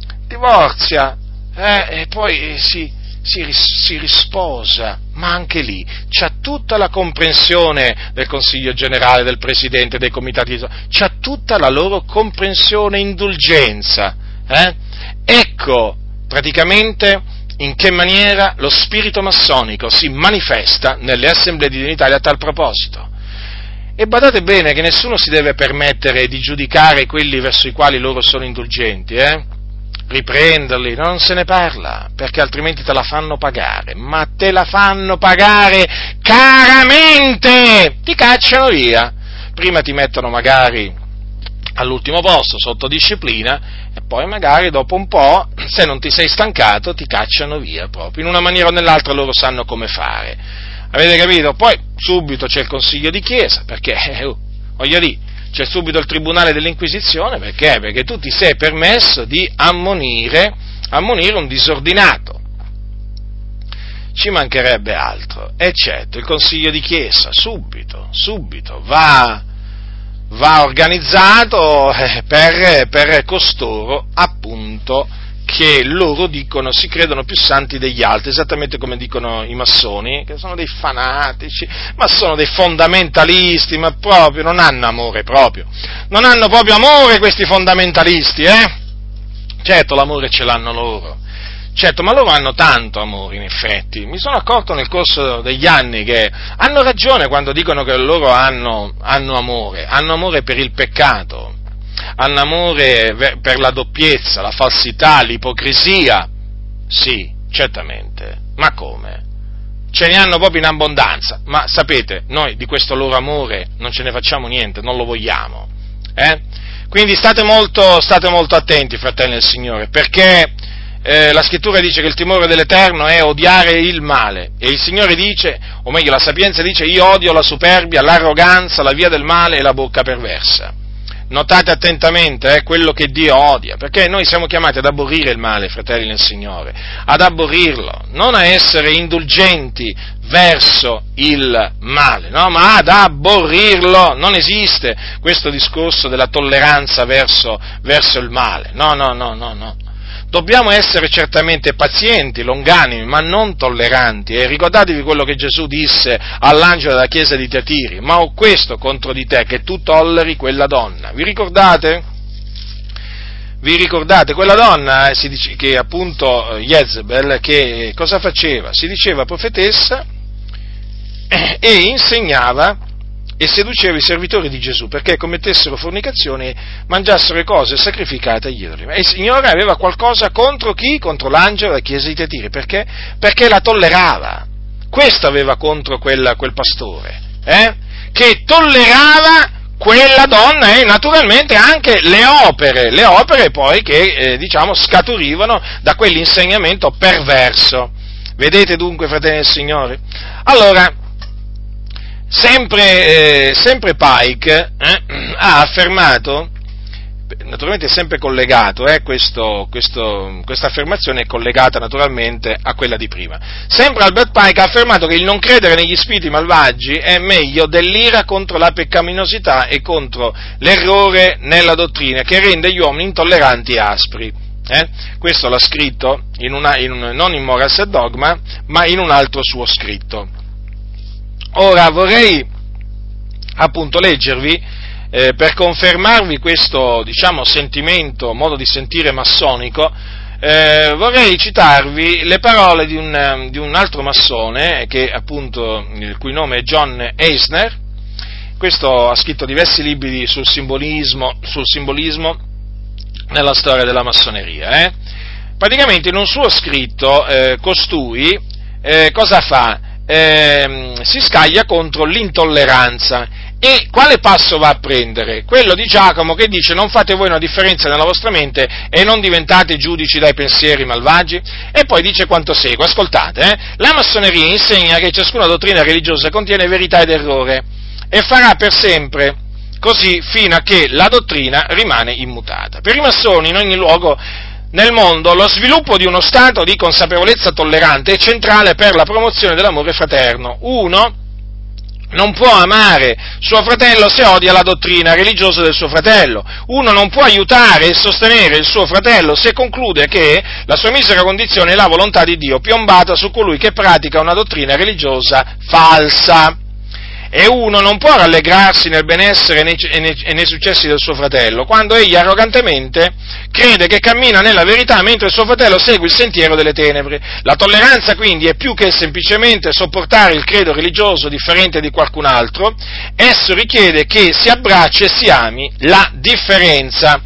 S1: e poi si risposa, ma anche lì c'ha tutta la comprensione del Consiglio Generale, del Presidente, dei comitati, c'ha tutta la loro comprensione e indulgenza. Ecco praticamente in che maniera lo spirito massonico si manifesta nelle Assemblee di Dio in Italia a tal proposito. E badate bene che nessuno si deve permettere di giudicare quelli verso i quali loro sono indulgenti, riprenderli, non se ne parla, perché altrimenti te la fanno pagare, ma te la fanno pagare caramente, ti cacciano via, prima ti mettono magari all'ultimo posto sotto disciplina, e poi magari dopo un po', se non ti sei stancato, ti cacciano via proprio, in una maniera o nell'altra loro sanno come fare, avete capito? Poi subito c'è il consiglio di chiesa, perché, voglio dire, c'è subito il tribunale dell'Inquisizione, perché? Perché tu ti sei permesso di ammonire un disordinato, ci mancherebbe altro, e certo, il consiglio di chiesa, subito, va organizzato per costoro, appunto, che loro dicono, si credono più santi degli altri, esattamente come dicono i massoni, che sono dei fanatici, ma sono dei fondamentalisti, ma proprio non hanno amore proprio, non hanno proprio amore questi fondamentalisti, Certo, l'amore ce l'hanno loro. Certo, ma loro hanno tanto amore, in effetti. Mi sono accorto nel corso degli anni che hanno ragione quando dicono che loro hanno amore per il peccato, hanno amore per la doppiezza, la falsità, l'ipocrisia. Sì, certamente. Ma come? Ce ne hanno proprio in abbondanza. Ma sapete, noi di questo loro amore non ce ne facciamo niente, non lo vogliamo. Quindi state molto attenti, fratelli del Signore, perché la scrittura dice che il timore dell'Eterno è odiare il male, e il Signore dice, o meglio la Sapienza dice, io odio la superbia, l'arroganza, la via del male e la bocca perversa. Notate attentamente quello che Dio odia, perché noi siamo chiamati ad aborrire il male, fratelli nel Signore, ad aborrirlo, non a essere indulgenti verso il male, no? Ma ad aborrirlo. Non esiste questo discorso della tolleranza verso il male, no. Dobbiamo essere certamente pazienti, longanimi, ma non tolleranti. E ricordatevi quello che Gesù disse all'angelo della chiesa di Tiatiri: ma ho questo contro di te, che tu tolleri quella donna. Vi ricordate? Quella donna, si dice, che appunto Jezebel, che cosa faceva? Si diceva profetessa e insegnava e seduceva i servitori di Gesù perché commettessero fornicazione e mangiassero cose sacrificate agli idoli. E il Signore aveva qualcosa contro chi? Contro l'angelo della chiesa di Tiatiri. Perché? Perché la tollerava. Questo aveva contro quel pastore, che tollerava quella donna e naturalmente anche le opere poi che scaturivano da quell'insegnamento perverso. Vedete dunque, fratelli del Signore? Allora, sempre Pike ha affermato, naturalmente è sempre collegato, questa affermazione è collegata naturalmente a quella di prima. Sempre Albert Pike ha affermato che il non credere negli spiriti malvagi è meglio dell'ira contro la peccaminosità e contro l'errore nella dottrina, che rende gli uomini intolleranti e aspri. Questo l'ha scritto non in Morals e Dogma, ma in un altro suo scritto. Ora vorrei appunto leggervi, per confermarvi questo, sentimento, modo di sentire massonico, vorrei citarvi le parole di un altro massone, che appunto, il cui nome è John Eisner. Questo ha scritto diversi libri sul simbolismo nella storia della massoneria. Praticamente in un suo scritto costui cosa fa? Si scaglia contro l'intolleranza. E quale passo va a prendere? Quello di Giacomo, che dice: non fate voi una differenza nella vostra mente e non diventate giudici dai pensieri malvagi. E poi dice quanto segue, ascoltate, la massoneria insegna che ciascuna dottrina religiosa contiene verità ed errore e farà per sempre così fino a che la dottrina rimane immutata. Per i massoni in ogni luogo nel mondo lo sviluppo di uno stato di consapevolezza tollerante è centrale per la promozione dell'amore fraterno. Uno non può amare suo fratello se odia la dottrina religiosa del suo fratello. Uno non può aiutare e sostenere il suo fratello se conclude che la sua misera condizione è la volontà di Dio piombata su colui che pratica una dottrina religiosa falsa. E uno non può rallegrarsi nel benessere e nei successi del suo fratello, quando egli arrogantemente crede che cammina nella verità mentre il suo fratello segue il sentiero delle tenebre. La tolleranza quindi è più che semplicemente sopportare il credo religioso differente di qualcun altro, esso richiede che si abbracci e si ami la differenza.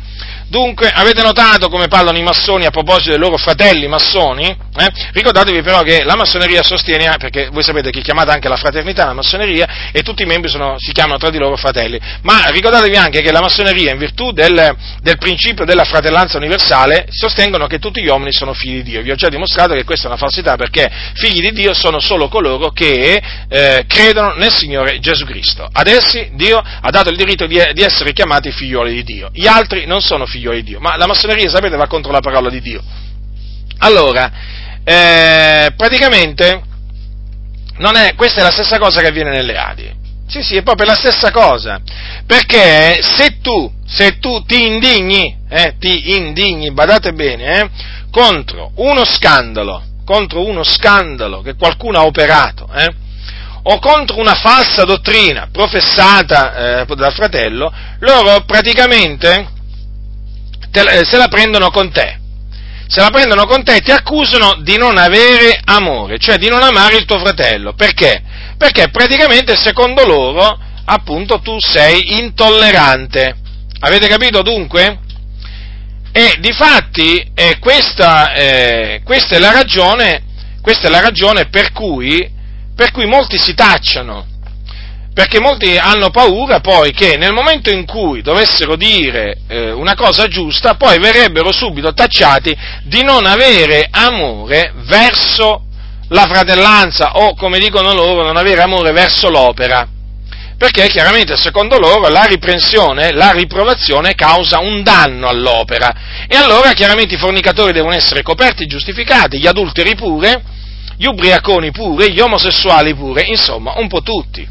S1: Dunque, avete notato come parlano i massoni a proposito dei loro fratelli massoni? Ricordatevi però che la massoneria sostiene, perché voi sapete che è chiamata anche la fraternità, la massoneria, e tutti i membri si chiamano tra di loro fratelli, ma ricordatevi anche che la massoneria, in virtù del principio della fratellanza universale, sostengono che tutti gli uomini sono figli di Dio. Vi ho già dimostrato che questa è una falsità, perché figli di Dio sono solo coloro che credono nel Signore Gesù Cristo. Ad essi Dio ha dato il diritto di essere chiamati figlioli di Dio. Gli altri non sono figlioli di Dio, ma la massoneria, sapete, va contro la parola di Dio. Allora, praticamente, questa è la stessa cosa che avviene nelle Adi. Sì, è proprio la stessa cosa, perché se tu ti indigni, badate bene, contro uno scandalo che qualcuno ha operato, o contro una falsa dottrina professata dal fratello, loro praticamente se la prendono con te e ti accusano di non avere amore, cioè di non amare il tuo fratello. Perché? Perché praticamente secondo loro, appunto, tu sei intollerante. Avete capito dunque? E difatti questa è la ragione per cui molti si tacciano. Perché molti hanno paura poi che nel momento in cui dovessero dire una cosa giusta, poi verrebbero subito tacciati di non avere amore verso la fratellanza, o, come dicono loro, non avere amore verso l'opera. Perché chiaramente secondo loro la riprensione, la riprovazione causa un danno all'opera. E allora chiaramente i fornicatori devono essere coperti e giustificati, gli adulteri pure, gli ubriaconi pure, gli omosessuali pure, insomma un po' tutti.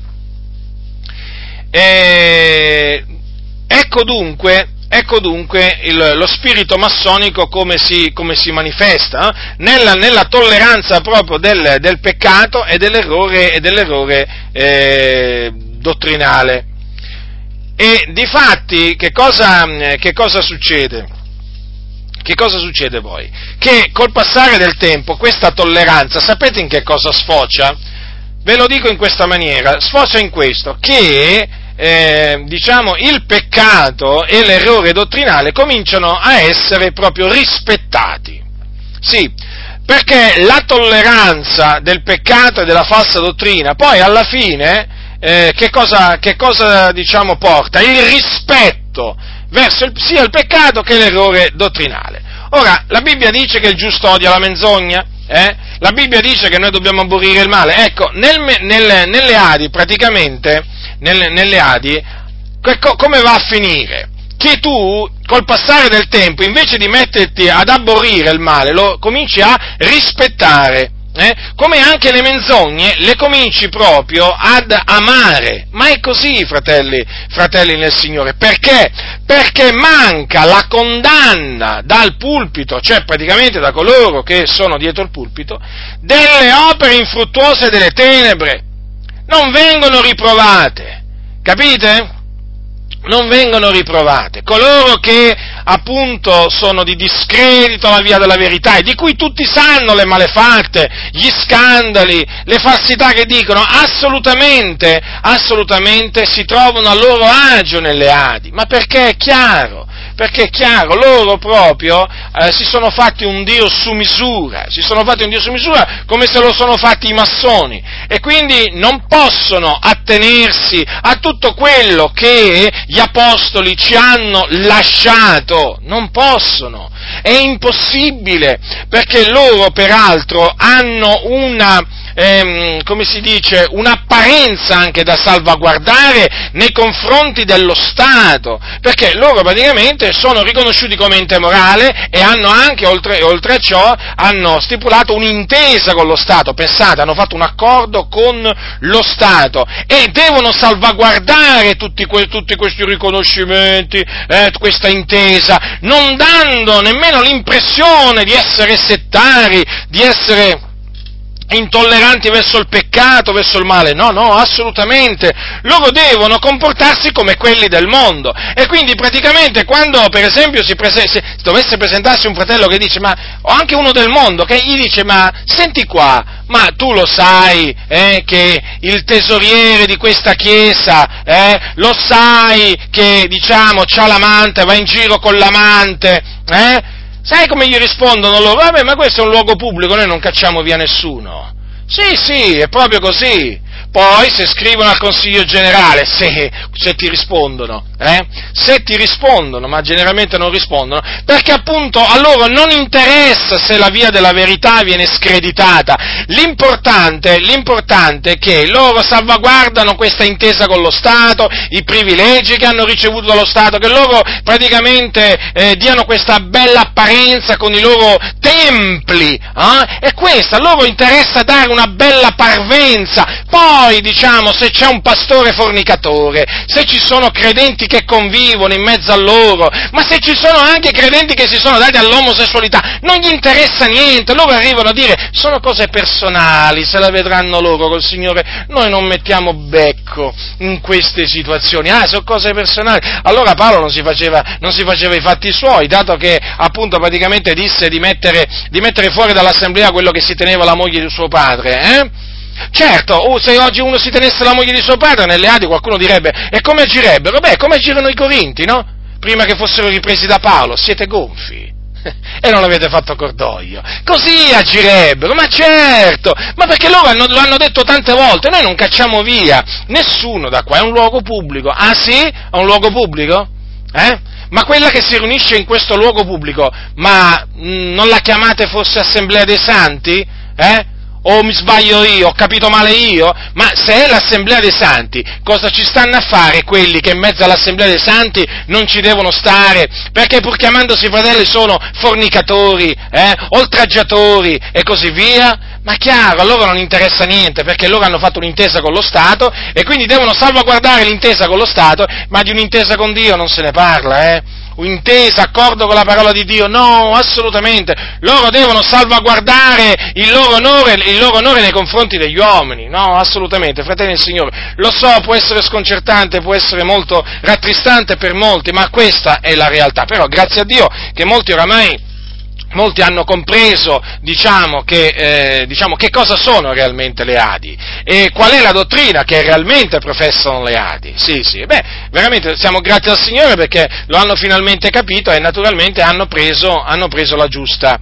S1: Ecco dunque lo spirito massonico come si manifesta, nella tolleranza proprio del peccato e dell'errore dottrinale. E difatti che cosa succede? Che cosa succede poi? Che col passare del tempo questa tolleranza, sapete in che cosa sfocia? Ve lo dico in questa maniera, sfocia in questo, che il peccato e l'errore dottrinale cominciano a essere proprio rispettati. Sì, perché la tolleranza del peccato e della falsa dottrina poi alla fine che cosa porta? Il rispetto verso sia il peccato che l'errore dottrinale. Ora, la Bibbia dice che il giusto odia la menzogna, la Bibbia dice che noi dobbiamo aborrire il male. Ecco, nelle Adi, praticamente, nelle Adi, come va a finire? Che tu, col passare del tempo, invece di metterti ad aborrire il male, lo cominci a rispettare. Come anche le menzogne le cominci proprio ad amare. Ma è così, fratelli nel Signore. Perché? Perché manca la condanna dal pulpito, cioè praticamente da coloro che sono dietro il pulpito, delle opere infruttuose delle tenebre. Non vengono riprovate, capite? Non vengono riprovate. Coloro che appunto sono di discredito alla via della verità e di cui tutti sanno le malefatte, gli scandali, le falsità che dicono, assolutamente si trovano a loro agio nelle Adi. Ma perché è chiaro? Perché è chiaro, loro proprio si sono fatti un Dio su misura, come se lo sono fatti i massoni, e quindi non possono attenersi a tutto quello che gli apostoli ci hanno lasciato, non possono, è impossibile, perché loro peraltro hanno un'apparenza anche da salvaguardare nei confronti dello Stato, perché loro praticamente sono riconosciuti come ente morale e hanno anche, oltre a ciò, hanno stipulato un'intesa con lo Stato. Pensate, hanno fatto un accordo con lo Stato e devono salvaguardare tutti questi riconoscimenti, questa intesa, non dando nemmeno l'impressione di essere settari, di essere intolleranti verso il peccato, verso il male, no, assolutamente, loro devono comportarsi come quelli del mondo, e quindi praticamente quando per esempio se dovesse presentarsi un fratello che dice, o anche uno del mondo, che gli dice, ma senti qua, ma tu lo sai, che il tesoriere di questa chiesa, lo sai che, diciamo, c'ha l'amante, va in giro con l'amante, sai come gli rispondono loro? Vabbè, ma questo è un luogo pubblico, noi non cacciamo via nessuno. Sì, è proprio così. Poi se scrivono al Consiglio Generale, se ti rispondono, ma generalmente non rispondono, perché appunto a loro non interessa se la via della verità viene screditata, l'importante è che loro salvaguardano questa intesa con lo Stato, i privilegi che hanno ricevuto dallo Stato, che loro praticamente diano questa bella apparenza con i loro templi, e questa, a loro interessa dare una bella parvenza. Poi, diciamo, se c'è un pastore fornicatore, se ci sono credenti che convivono in mezzo a loro, ma se ci sono anche credenti che si sono dati all'omosessualità, non gli interessa niente, loro arrivano a dire, sono cose personali, se la vedranno loro col Signore, noi non mettiamo becco in queste situazioni, sono cose personali. Allora Paolo non si faceva i fatti suoi, dato che appunto praticamente disse di mettere fuori dall'assemblea quello che si teneva la moglie di suo padre, Certo, se oggi uno si tenesse la moglie di suo padre nelle Adi, qualcuno direbbe, e come agirebbero? Beh, come agirano i Corinti, no? Prima che fossero ripresi da Paolo, siete gonfi e non avete fatto cordoglio, così agirebbero, ma certo, ma perché loro lo hanno detto tante volte, noi non cacciamo via nessuno da qua, è un luogo pubblico. Ah sì? È un luogo pubblico? Ma quella che si riunisce in questo luogo pubblico, ma non la chiamate forse Assemblea dei Santi? O mi sbaglio io, ho capito male io? Ma se è l'Assemblea dei Santi, cosa ci stanno a fare quelli che in mezzo all'Assemblea dei Santi non ci devono stare? Perché pur chiamandosi fratelli sono fornicatori, oltraggiatori e così via? Ma chiaro, a loro non interessa niente, perché loro hanno fatto un'intesa con lo Stato e quindi devono salvaguardare l'intesa con lo Stato, ma di un'intesa con Dio non se ne parla, Intesa, accordo con la parola di Dio? No, assolutamente. Loro devono salvaguardare il loro onore nei confronti degli uomini. No, assolutamente, fratelli del Signore. Lo so, può essere sconcertante, può essere molto rattristante per molti, ma questa è la realtà. Però, grazie a Dio, che molti hanno compreso, che cosa sono realmente le Adi e qual è la dottrina che realmente professano le Adi. Sì, veramente siamo grati al Signore perché lo hanno finalmente capito e naturalmente hanno preso la giusta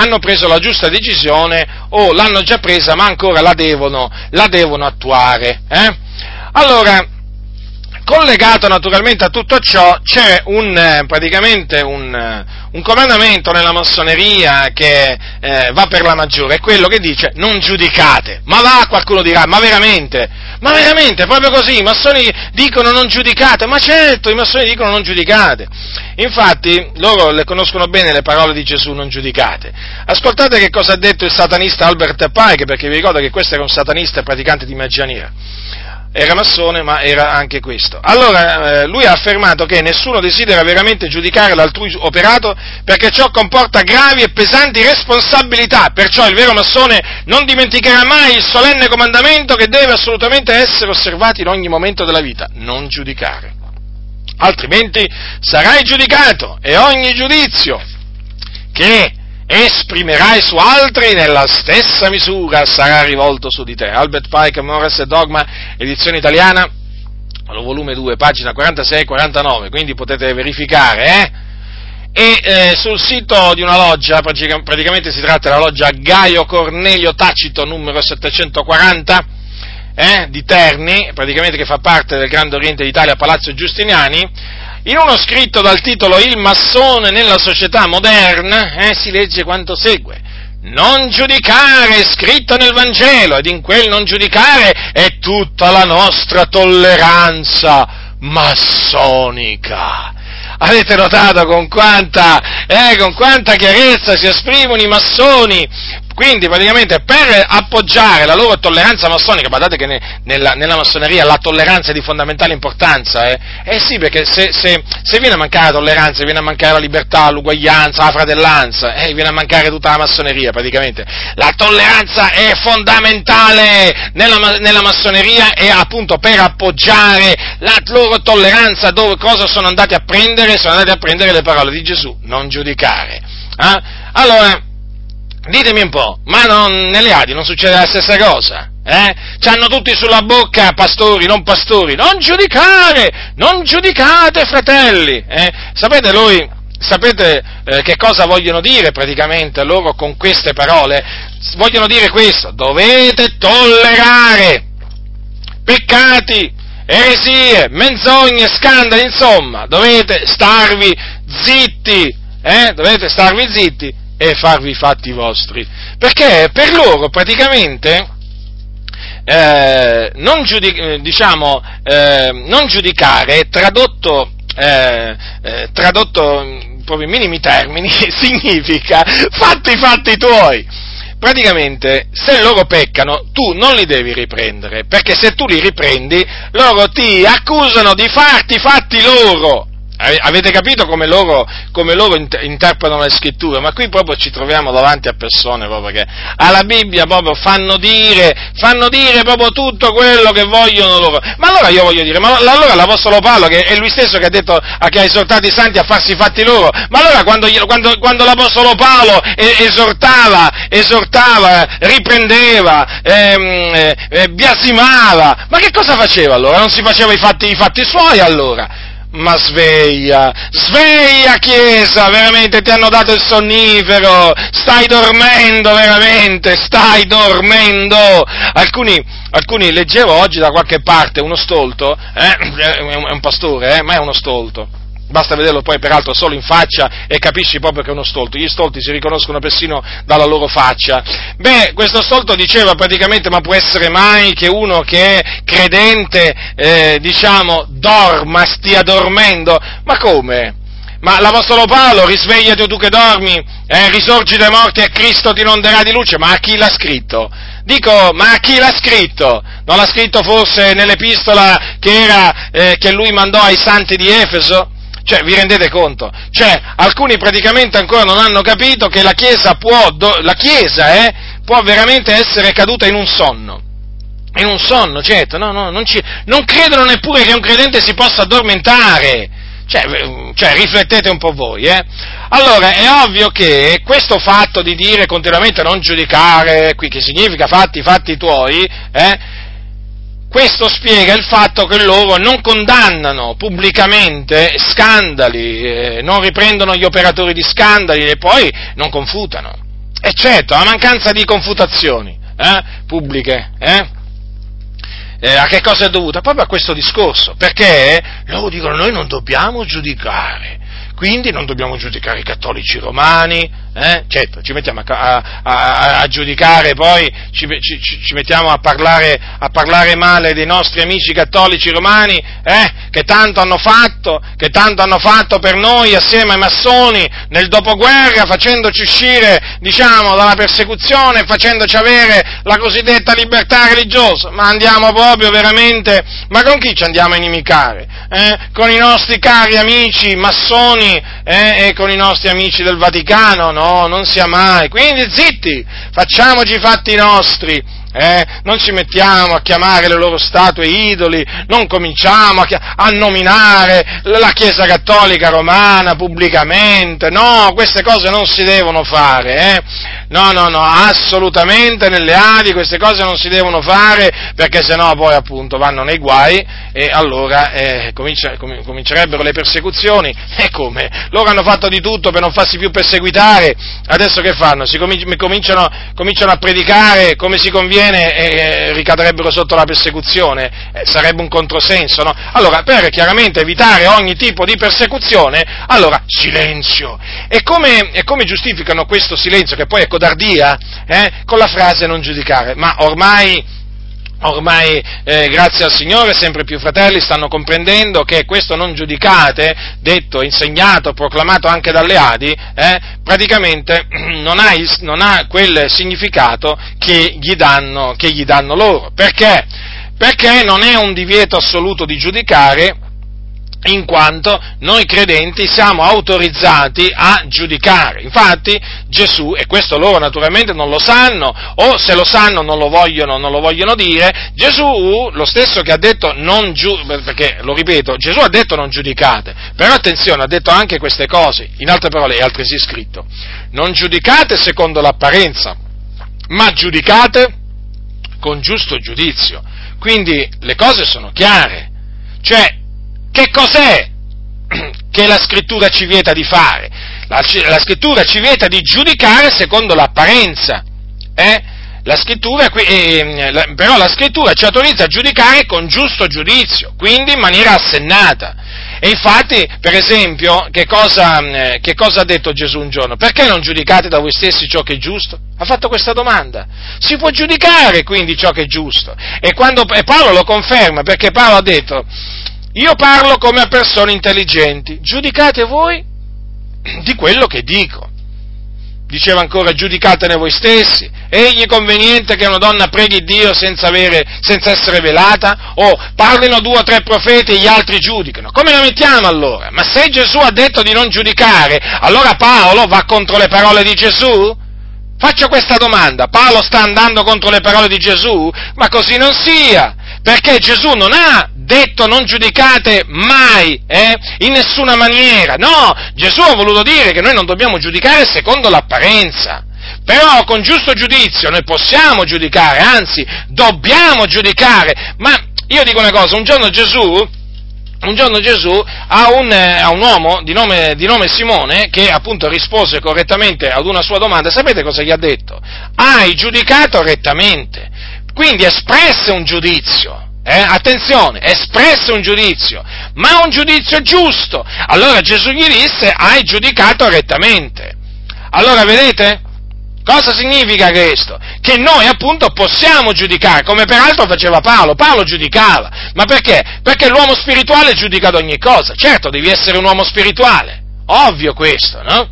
S1: decisione, o l'hanno già presa ma ancora la devono attuare. Allora, collegato naturalmente a tutto ciò c'è praticamente un comandamento nella massoneria che va per la maggiore, è quello che dice non giudicate. Ma qualcuno dirà, ma veramente, proprio così, i massoni dicono non giudicate? Ma certo, i massoni dicono non giudicate. Infatti, loro le conoscono bene le parole di Gesù, non giudicate. Ascoltate che cosa ha detto il satanista Albert Pike, perché vi ricordo che questo era un satanista e praticante di magia nera. Era massone, ma era anche questo. Allora, lui ha affermato che nessuno desidera veramente giudicare l'altrui operato perché ciò comporta gravi e pesanti responsabilità, perciò il vero massone non dimenticherà mai il solenne comandamento che deve assolutamente essere osservato in ogni momento della vita: non giudicare. Altrimenti sarai giudicato e ogni giudizio che esprimerai su altri nella stessa misura sarà rivolto su di te. Albert Pike, Mores e Dogma, edizione italiana, volume 2, pagina 46-49, quindi potete verificare, E sul sito di una loggia, praticamente si tratta della loggia Gaio Cornelio Tacito, numero 740, di Terni, praticamente che fa parte del Grande Oriente d'Italia, Palazzo Giustiniani. In uno scritto dal titolo Il massone nella società moderna, si legge quanto segue: non giudicare è scritto nel Vangelo, ed in quel non giudicare è tutta la nostra tolleranza massonica. Avete notato con quanta chiarezza si esprimono i massoni Quindi praticamente per appoggiare la loro tolleranza massonica, guardate che nella massoneria la tolleranza è di fondamentale importanza, sì, perché se viene a mancare la tolleranza, viene a mancare la libertà, l'uguaglianza, la fratellanza, viene a mancare tutta la massoneria praticamente. La tolleranza è fondamentale nella massoneria, e appunto per appoggiare la loro tolleranza, cosa sono andati a prendere? Sono andati a prendere le parole di Gesù: non giudicare. Allora, ditemi un po', ma nelle Adi non succede la stessa cosa? C'hanno tutti sulla bocca pastori, non pastori: non giudicare, non giudicate, fratelli. Sapete che cosa vogliono dire praticamente loro con queste parole? Vogliono dire questo: dovete tollerare peccati, eresie, menzogne, scandali, insomma, dovete starvi zitti, e farvi i fatti vostri, perché per loro praticamente non giudicare, tradotto proprio in minimi termini, significa fatti i fatti tuoi. Praticamente, se loro peccano, tu non li devi riprendere, perché se tu li riprendi, loro ti accusano di farti i fatti loro. Avete capito come loro interpretano le scritture? Ma qui proprio ci troviamo davanti a persone proprio che alla Bibbia proprio fanno dire proprio tutto quello che vogliono loro. Ma allora io voglio dire, ma allora l'Apostolo Paolo, che è lui stesso che che ha esortato i santi a farsi i fatti loro, ma allora quando l'Apostolo Paolo esortava, riprendeva, biasimava, ma che cosa faceva allora? Non si faceva i fatti suoi allora? Ma sveglia Chiesa, veramente ti hanno dato il sonnifero, stai dormendo, alcuni leggevo oggi da qualche parte uno stolto, è un pastore, ma è uno stolto. Basta vederlo poi peraltro solo in faccia e capisci proprio che è uno stolto. Gli stolti si riconoscono persino dalla loro faccia. Questo stolto diceva praticamente: ma può essere mai che uno che è credente, stia dormendo? Ma come? Ma l'Apostolo Paolo: risvegliati o tu che dormi, risorgi dai morti e Cristo ti inonderà di luce. Ma a chi l'ha scritto? Dico, ma a chi l'ha scritto? Non l'ha scritto forse nell'epistola che lui mandò ai santi di Efeso? Cioè, vi rendete conto? Cioè, alcuni praticamente ancora non hanno capito che la Chiesa può veramente essere caduta in un sonno. In un sonno, certo, non credono neppure che un credente si possa addormentare. Cioè, riflettete un po' voi, Allora, è ovvio che questo fatto di dire continuamente non giudicare, qui che significa fatti i fatti tuoi, questo spiega il fatto che loro non condannano pubblicamente scandali, non riprendono gli operatori di scandali e poi non confutano. E certo, a mancanza di confutazioni pubbliche, a che cosa è dovuta? Proprio a questo discorso, perché loro dicono: noi non dobbiamo giudicare, quindi non dobbiamo giudicare i cattolici romani, certo, ci mettiamo a giudicare, poi ci mettiamo a parlare male dei nostri amici cattolici romani, che tanto hanno fatto per noi assieme ai massoni nel dopoguerra, facendoci uscire, dalla persecuzione, facendoci avere la cosiddetta libertà religiosa. Ma andiamo proprio veramente, ma con chi ci andiamo a inimicare? Con i nostri cari amici massoni e con i nostri amici del Vaticano? No, non sia mai. Quindi zitti, facciamoci i fatti nostri. Non ci mettiamo a chiamare le loro statue idoli, non cominciamo a nominare la Chiesa Cattolica Romana pubblicamente, no, queste cose non si devono fare, no, assolutamente nelle Adi queste cose non si devono fare, perché sennò poi appunto vanno nei guai e allora comincerebbero le persecuzioni. E come? Loro hanno fatto di tutto per non farsi più perseguitare, adesso che fanno? Cominciano a predicare come si conviene e ricadrebbero sotto la persecuzione, sarebbe un controsenso, no? Allora, per chiaramente evitare ogni tipo di persecuzione, allora silenzio. E come giustificano questo silenzio, che poi è codardia? Con la frase non giudicare. Ma ormai Ormai, grazie al Signore, sempre più fratelli stanno comprendendo che questo non giudicate, detto, insegnato, proclamato anche dalle Adi, praticamente non ha quel significato che gli danno loro. Perché? Perché non è un divieto assoluto di giudicare, in quanto noi credenti siamo autorizzati a giudicare. Infatti Gesù, e questo loro naturalmente non lo sanno, o se lo sanno non lo vogliono dire, Gesù, lo stesso che ha detto perché, lo ripeto, Gesù ha detto non giudicate, però attenzione, ha detto anche queste cose, in altre parole è altresì scritto: non giudicate secondo l'apparenza, ma giudicate con giusto giudizio. Quindi le cose sono chiare, cioè, che cos'è che la Scrittura ci vieta di fare? La Scrittura ci vieta di giudicare secondo l'apparenza, però la Scrittura ci autorizza a giudicare con giusto giudizio, quindi in maniera assennata. E infatti, per esempio, che cosa ha detto Gesù un giorno? Perché non giudicate da voi stessi ciò che è giusto? Ha fatto questa domanda. Si può giudicare quindi ciò che è giusto. E Paolo lo conferma, perché Paolo ha detto: io parlo come a persone intelligenti, giudicate voi di quello che dico. Diceva ancora: giudicatene voi stessi, egli è conveniente che una donna preghi Dio senza essere velata, o parlino 2 o 3 profeti e gli altri giudicano. Come la mettiamo allora? Ma se Gesù ha detto di non giudicare, allora Paolo va contro le parole di Gesù? Faccio questa domanda: Paolo sta andando contro le parole di Gesù? Ma così non sia, perché Gesù non ha detto non giudicate mai, in nessuna maniera. No, Gesù ha voluto dire che noi non dobbiamo giudicare secondo l'apparenza, però con giusto giudizio noi possiamo giudicare, anzi dobbiamo giudicare. Ma io dico una cosa: un giorno Gesù a un uomo di nome Simone, che appunto rispose correttamente ad una sua domanda, sapete cosa gli ha detto? Hai giudicato rettamente, quindi espresse un giudizio. Attenzione, espresse un giudizio, ma un giudizio giusto. Allora Gesù gli disse: hai giudicato rettamente. Allora vedete? Cosa significa questo? Che noi appunto possiamo giudicare, come peraltro faceva Paolo. Paolo giudicava, ma perché? Perché l'uomo spirituale giudica ad ogni cosa. Certo, devi essere un uomo spirituale, ovvio questo, no?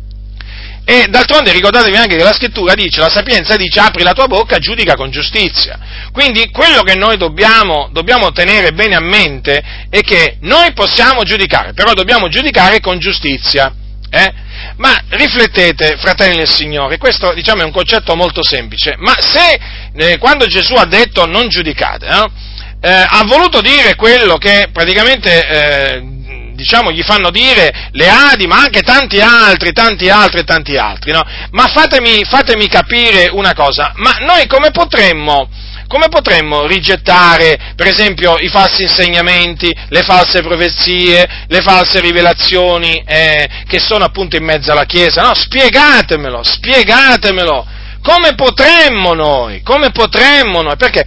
S1: E d'altronde ricordatevi anche che la Scrittura dice, la Sapienza dice: apri la tua bocca, giudica con giustizia. Quindi quello che noi dobbiamo tenere bene a mente è che noi possiamo giudicare, però dobbiamo giudicare con giustizia. Ma riflettete, fratelli del Signore, questo diciamo è un concetto molto semplice, ma se quando Gesù ha detto non giudicate, ha voluto dire quello che praticamente gli fanno dire le Adi, ma anche tanti altri, no? Ma fatemi capire una cosa: ma noi come potremmo rigettare, per esempio, i falsi insegnamenti, le false profezie, le false rivelazioni che sono appunto in mezzo alla Chiesa? No, spiegatemelo! Come potremmo noi? Perché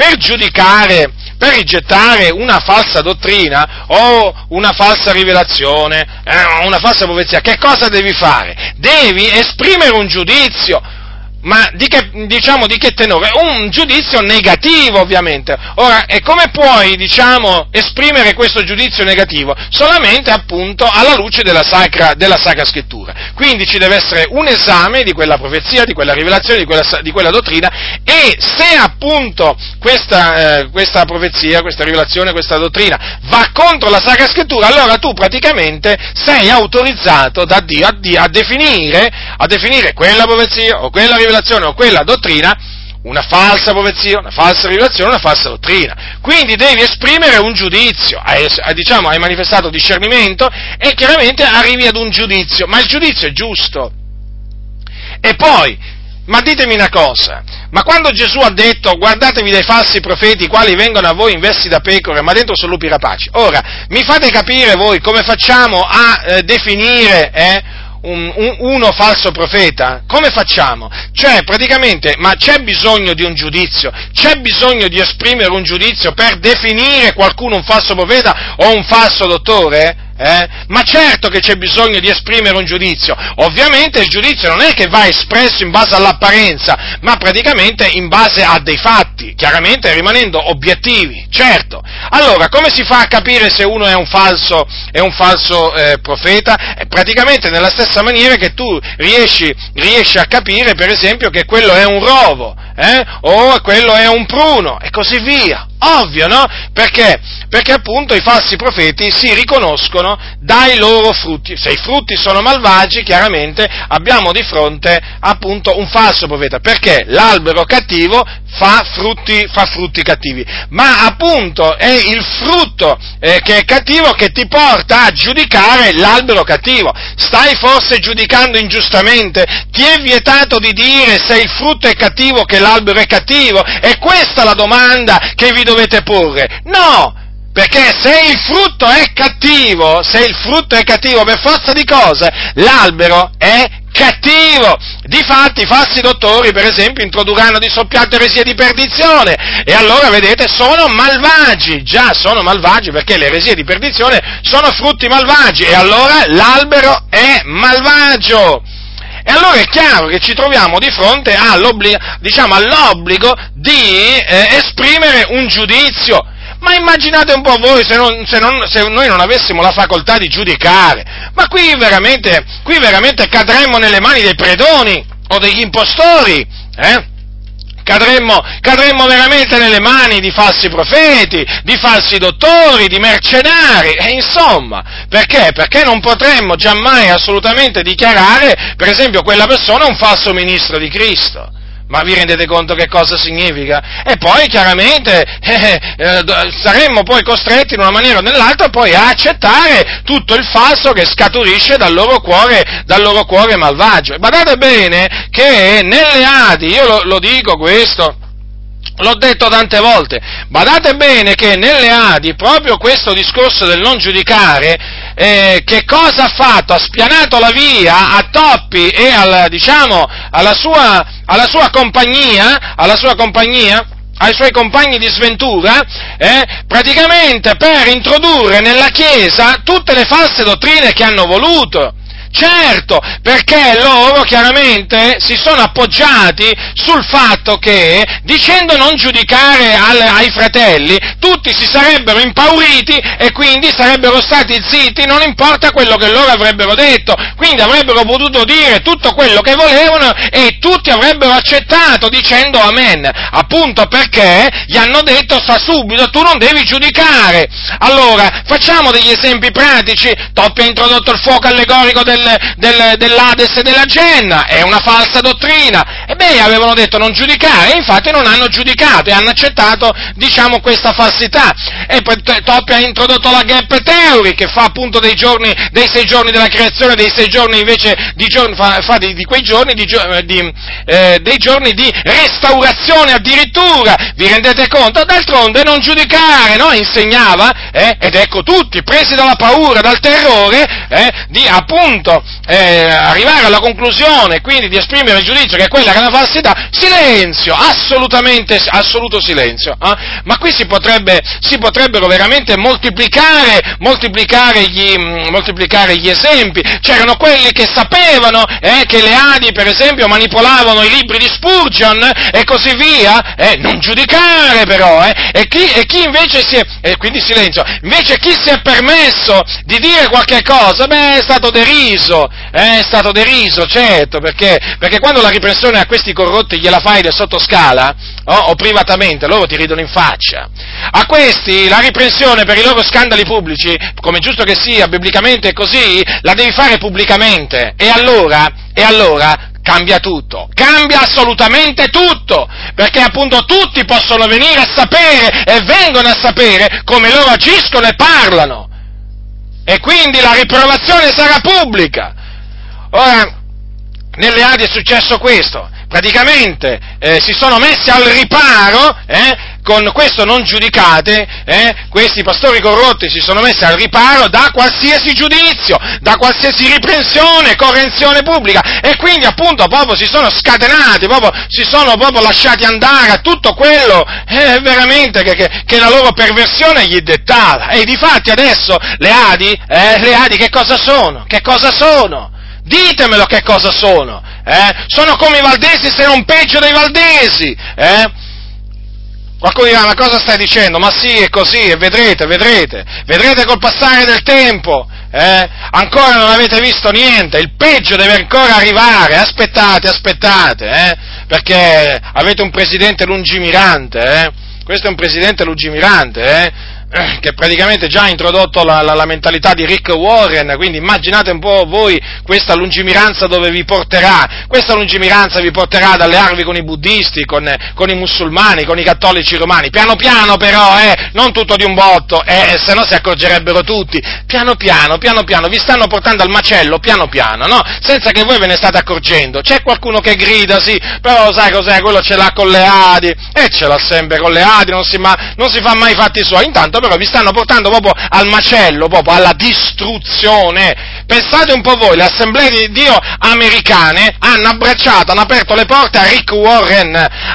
S1: per rigettare una falsa dottrina o una falsa rivelazione, una falsa profezia, che cosa devi fare? Devi esprimere un giudizio. Ma di che tenore? Un giudizio negativo, ovviamente. Ora, e come puoi, esprimere questo giudizio negativo? Solamente, appunto, alla luce della Sacra Scrittura. Quindi ci deve essere un esame di quella profezia, di quella rivelazione, di quella dottrina, e se, appunto, questa profezia, questa rivelazione, questa dottrina va contro la Sacra Scrittura, allora tu praticamente sei autorizzato da Dio a definire quella profezia o quella rivelazione o quella dottrina una falsa profezia, una falsa rivelazione, una falsa dottrina. Quindi devi esprimere un giudizio, hai manifestato discernimento e chiaramente arrivi ad un giudizio, ma il giudizio è giusto. E poi, ma ditemi una cosa, ma quando Gesù ha detto guardatevi dai falsi profeti, i quali vengono a voi in vesti da pecore, ma dentro sono lupi rapaci, ora, mi fate capire voi come facciamo a definire uno falso profeta? Come facciamo? Cioè, praticamente, ma c'è bisogno di un giudizio? C'è bisogno di esprimere un giudizio per definire qualcuno un falso profeta o un falso dottore? Ma certo che c'è bisogno di esprimere un giudizio. Ovviamente il giudizio non è che va espresso in base all'apparenza, ma praticamente in base a dei fatti, chiaramente rimanendo obiettivi, certo. Allora, come si fa a capire se uno è un falso profeta? Praticamente nella stessa maniera che tu riesci a capire, per esempio, che quello è un rovo, o quello è un pruno, e così via. Ovvio, no? Perché? Perché appunto i falsi profeti si riconoscono dai loro frutti. Se i frutti sono malvagi, chiaramente abbiamo di fronte appunto un falso profeta. Perché? L'albero cattivo fa frutti cattivi. Ma appunto è il frutto che è cattivo che ti porta a giudicare l'albero cattivo. Stai forse giudicando ingiustamente? Ti è vietato di dire se il frutto è cattivo che l'albero è cattivo? È questa la domanda che vi dovete porre. No! Perché se il frutto è cattivo, per forza di cose, l'albero è cattivo. Difatti i falsi dottori, per esempio, introdurranno di soppiatto eresie di perdizione, e allora, vedete, sono malvagi, perché le eresie di perdizione sono frutti malvagi, e allora l'albero è malvagio. E allora è chiaro che ci troviamo di fronte all'obbligo di esprimere un giudizio. Ma immaginate un po' voi se noi non avessimo la facoltà di giudicare. Ma qui veramente cadremmo nelle mani dei predoni o degli impostori, Cadremmo veramente nelle mani di falsi profeti, di falsi dottori, di mercenari, e insomma, perché? Perché non potremmo giammai assolutamente dichiarare, per esempio, quella persona un falso ministro di Cristo. Ma vi rendete conto che cosa significa? E poi chiaramente saremmo poi costretti in una maniera o nell'altra poi a accettare tutto il falso che scaturisce dal loro cuore malvagio. E badate bene che nelle Adi, io lo dico questo, l'ho detto tante volte, badate bene che nelle Adi proprio questo discorso del non giudicare, che cosa ha fatto? Ha spianato la via a Toppi e alla sua compagnia, ai suoi compagni di sventura, praticamente per introdurre nella Chiesa tutte le false dottrine che hanno voluto. Certo, perché loro chiaramente si sono appoggiati sul fatto che, dicendo non giudicare ai fratelli, tutti si sarebbero impauriti e quindi sarebbero stati zitti, non importa quello che loro avrebbero detto, quindi avrebbero potuto dire tutto quello che volevano e tutti avrebbero accettato dicendo amen, appunto perché gli hanno detto sta subito, tu non devi giudicare. Allora, facciamo degli esempi pratici. Toppi ha introdotto il fuoco allegorico dell'Ades e della Genna, è una falsa dottrina. Ebbene, avevano detto non giudicare, e infatti non hanno giudicato e hanno accettato, questa falsità. E poi Toppi ha introdotto la Gap Theory, che fa appunto dei 6 giorni della creazione, dei 6 giorni invece dei giorni di restaurazione addirittura. Vi rendete conto? D'altronde non giudicare, no? Insegnava, ed ecco tutti, presi dalla paura, dal terrore, di appunto arrivare alla conclusione, quindi di esprimere il giudizio che quella era una falsità, silenzio, assoluto silenzio. Ma qui si potrebbero veramente moltiplicare gli esempi. C'erano quelli che sapevano che le Adi, per esempio, manipolavano i libri di Spurgeon e così via, non giudicare però, e chi invece quindi silenzio, invece chi si è permesso di dire qualche cosa, è stato deriso, certo, perché quando la riprensione a questi corrotti gliela fai del sottoscala, o privatamente, loro ti ridono in faccia. A questi la riprensione per i loro scandali pubblici, come giusto che sia, biblicamente è così, la devi fare pubblicamente, e allora cambia tutto, cambia assolutamente tutto, perché appunto tutti possono venire a sapere e vengono a sapere come loro agiscono e parlano, e quindi la riprovazione sarà pubblica. Ora, nelle Adi è successo questo, praticamente si sono messi al riparo con questo non giudicate, questi pastori corrotti si sono messi al riparo da qualsiasi giudizio, da qualsiasi riprensione, correzione pubblica, e quindi appunto proprio si sono scatenati, si sono proprio lasciati andare a tutto quello veramente che la loro perversione gli dettava. E difatti adesso le Adi che cosa sono? Che cosa sono? Ditemelo che cosa sono? Sono come i Valdesi, se non peggio dei Valdesi, Qualcuno dirà, ma cosa stai dicendo? Ma sì, è così, e vedrete col passare del tempo, ancora non avete visto niente, il peggio deve ancora arrivare, aspettate, perché avete un presidente lungimirante, questo è un presidente lungimirante, che praticamente già ha introdotto la mentalità di Rick Warren, quindi immaginate un po' voi questa lungimiranza dove vi porterà. Questa lungimiranza vi porterà ad allearvi con i buddisti, con i musulmani, con i cattolici romani, piano piano però, non tutto di un botto, se no si accorgerebbero tutti, piano piano, vi stanno portando al macello, piano piano, no? Senza che voi ve ne state accorgendo. C'è qualcuno che grida, sì, però sai cos'è, quello ce l'ha con le Adi, e ce l'ha sempre con le Adi, non si fa mai i fatti suoi, intanto però vi stanno portando proprio al macello, proprio alla distruzione. Pensate un po' voi, le assemblee di Dio americane hanno aperto le porte a Rick Warren,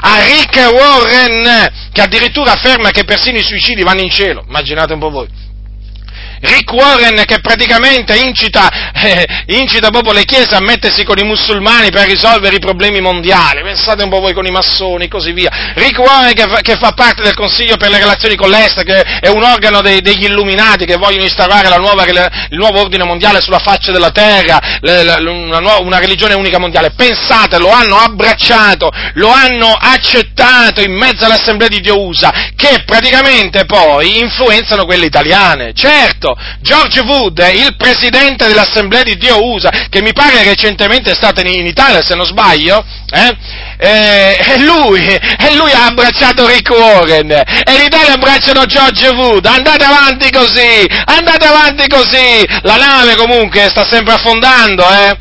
S1: che addirittura afferma che persino i suicidi vanno in cielo, immaginate un po' voi. Rick Warren che praticamente incita proprio le chiese a mettersi con i musulmani per risolvere i problemi mondiali, pensate un po' voi, con i massoni e così via. Rick Warren che fa parte del Consiglio per le relazioni con l'Est, che è un organo degli illuminati che vogliono instaurare il nuovo ordine mondiale sulla faccia della terra, una religione unica mondiale. Pensate, lo hanno abbracciato, lo hanno accettato in mezzo all'Assemblea di Dio USA, che praticamente poi influenzano quelle italiane. Certo, George Wood, il presidente dell'Assemblea di Dio USA, che mi pare recentemente è stato in Italia, se non sbaglio, e lui ha abbracciato Rick Warren, e l'Italia abbracciano George Wood. Andate avanti così, la nave comunque sta sempre affondando,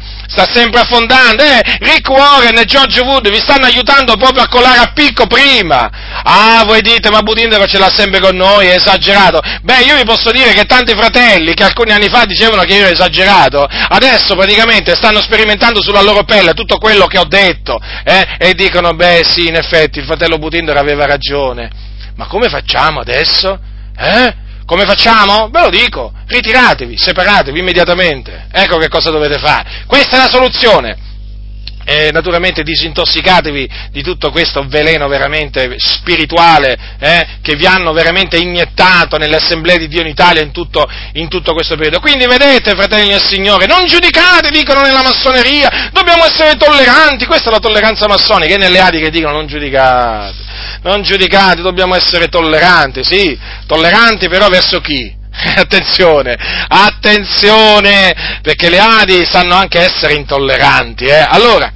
S1: Rick Warren e George Wood vi stanno aiutando proprio a colare a picco prima. Voi dite, ma Budindero ce l'ha sempre con noi, è esagerato. Beh, io vi posso dire che tanti fratelli che alcuni anni fa dicevano che io ero esagerato, adesso praticamente stanno sperimentando sulla loro pelle tutto quello che ho detto, e dicono, beh sì, in effetti il fratello Budindero aveva ragione. Ma come facciamo adesso? Come facciamo? Ve lo dico, ritiratevi, separatevi immediatamente, ecco che cosa dovete fare, questa è la soluzione. Naturalmente disintossicatevi di tutto questo veleno veramente spirituale, che vi hanno veramente iniettato nelle assemblee di Dio in Italia in tutto questo periodo. Quindi vedete, fratelli del Signore, non giudicate, dicono nella massoneria, dobbiamo essere tolleranti, questa è la tolleranza massonica, e nelle Adi che dicono non giudicate, dobbiamo essere tolleranti, sì, tolleranti però verso chi? Attenzione, perché le Adi sanno anche essere intolleranti, Allora,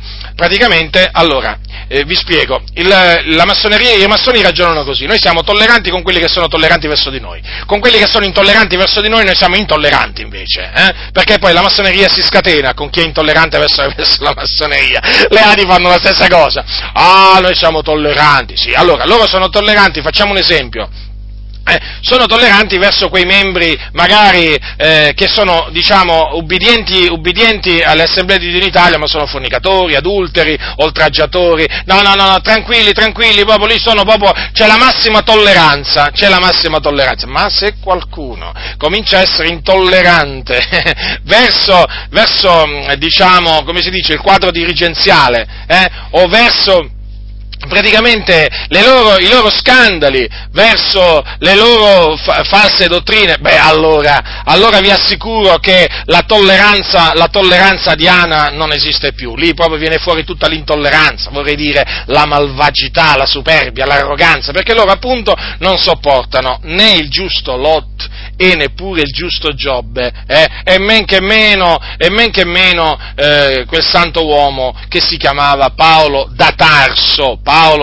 S1: vi spiego, la massoneria, i massoni ragionano così: noi siamo tolleranti con quelli che sono tolleranti verso di noi, con quelli che sono intolleranti verso di noi siamo intolleranti invece, perché poi la massoneria si scatena con chi è intollerante verso la massoneria. Le Adi fanno la stessa cosa: noi siamo tolleranti, sì, allora, loro sono tolleranti, facciamo un esempio. Sono tolleranti verso quei membri magari che sono, diciamo, ubbidienti alle assemblee di Dio in Italia, ma sono fornicatori, adulteri, oltraggiatori. No, tranquilli, proprio lì c'è la massima tolleranza. Ma se qualcuno comincia a essere intollerante verso diciamo, come si dice, il quadro dirigenziale, o verso praticamente i loro scandali, verso le loro false dottrine, allora vi assicuro che la tolleranza diana non esiste più. Lì proprio viene fuori tutta l'intolleranza, vorrei dire la malvagità, la superbia, l'arroganza, perché loro appunto non sopportano né il giusto Lot e neppure il giusto Giobbe, e men che meno quel santo uomo che si chiamava Paolo da Tarso.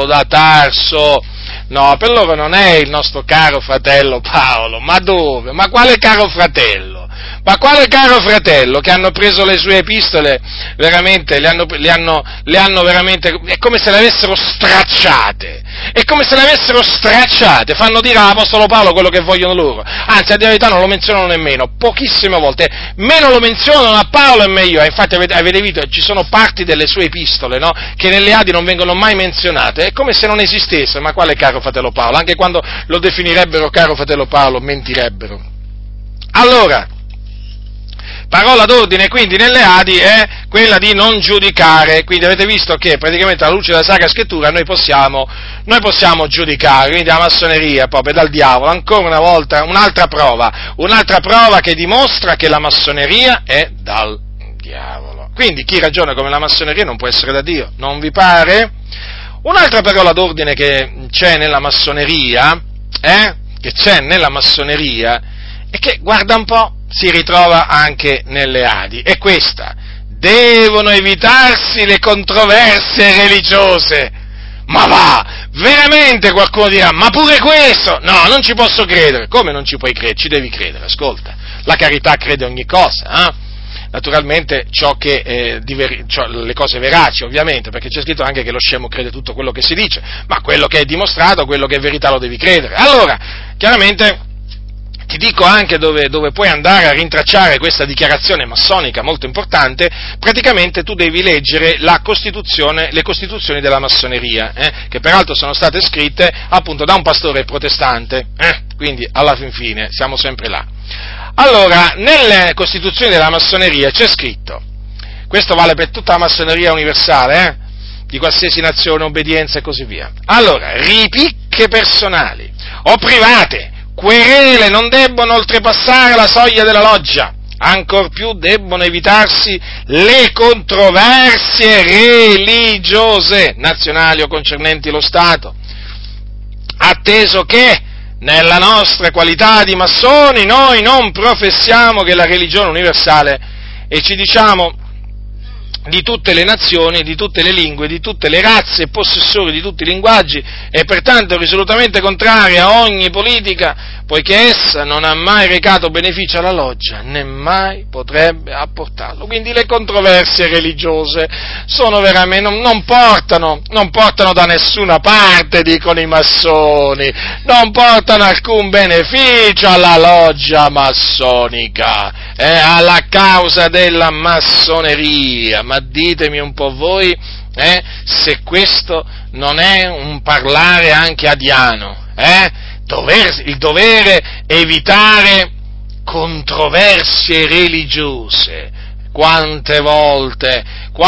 S1: No, per loro non è il nostro caro fratello Paolo, ma dove? Ma quale caro fratello? Che hanno preso le sue epistole, veramente, le hanno veramente, è come se le avessero stracciate, È come se le avessero stracciate, fanno dire all'Apostolo Paolo quello che vogliono loro. Anzi, a dire la verità non lo menzionano nemmeno, pochissime volte. Meno lo menzionano a Paolo e meglio è. Infatti avete visto, ci sono parti delle sue epistole, no? Che nelle Adi non vengono mai menzionate. È come se non esistesse. Ma quale caro fratello Paolo? Anche quando lo definirebbero caro fratello Paolo, mentirebbero. Allora, parola d'ordine quindi nelle Adi è quella di non giudicare, quindi avete visto che praticamente alla luce della Sacra Scrittura noi possiamo giudicare, quindi la massoneria proprio dal diavolo, ancora una volta un'altra prova che dimostra che la massoneria è dal diavolo. Quindi chi ragiona come la massoneria non può essere da Dio, non vi pare? Un'altra parola d'ordine che c'è nella massoneria, e che, guarda un po', si ritrova anche nelle Adi, è questa: devono evitarsi le controversie religiose. Ma va, veramente qualcuno dirà, ma pure questo? No, non ci posso credere. Come non ci puoi credere? Ci devi credere, ascolta, la carità crede ogni cosa, Naturalmente le cose veraci, ovviamente, perché c'è scritto anche che lo scemo crede tutto quello che si dice, ma quello che è dimostrato, quello che è verità lo devi credere. Allora, chiaramente, ti dico anche dove puoi andare a rintracciare questa dichiarazione massonica molto importante. Praticamente tu devi leggere le costituzioni della massoneria, che peraltro sono state scritte appunto da un pastore protestante, quindi alla fin fine siamo sempre là. Allora, nelle costituzioni della massoneria c'è scritto, questo vale per tutta la massoneria universale, di qualsiasi nazione, obbedienza e così via. Allora, ripicche personali o private, querele non debbono oltrepassare la soglia della loggia, ancor più debbono evitarsi le controversie religiose, nazionali o concernenti lo Stato, atteso che nella nostra qualità di massoni noi non professiamo che la religione universale e ci diciamo di tutte le nazioni, di tutte le lingue, di tutte le razze, possessori di tutti i linguaggi e pertanto risolutamente contraria a ogni politica, poiché essa non ha mai recato beneficio alla loggia, né mai potrebbe apportarlo. Quindi le controversie religiose sono veramente, non portano da nessuna parte, dicono i massoni, non portano alcun beneficio alla loggia massonica, alla causa della massoneria. Ma ditemi un po' voi, se questo non è un parlare anche adiano, il dovere evitare controversie religiose. Quante volte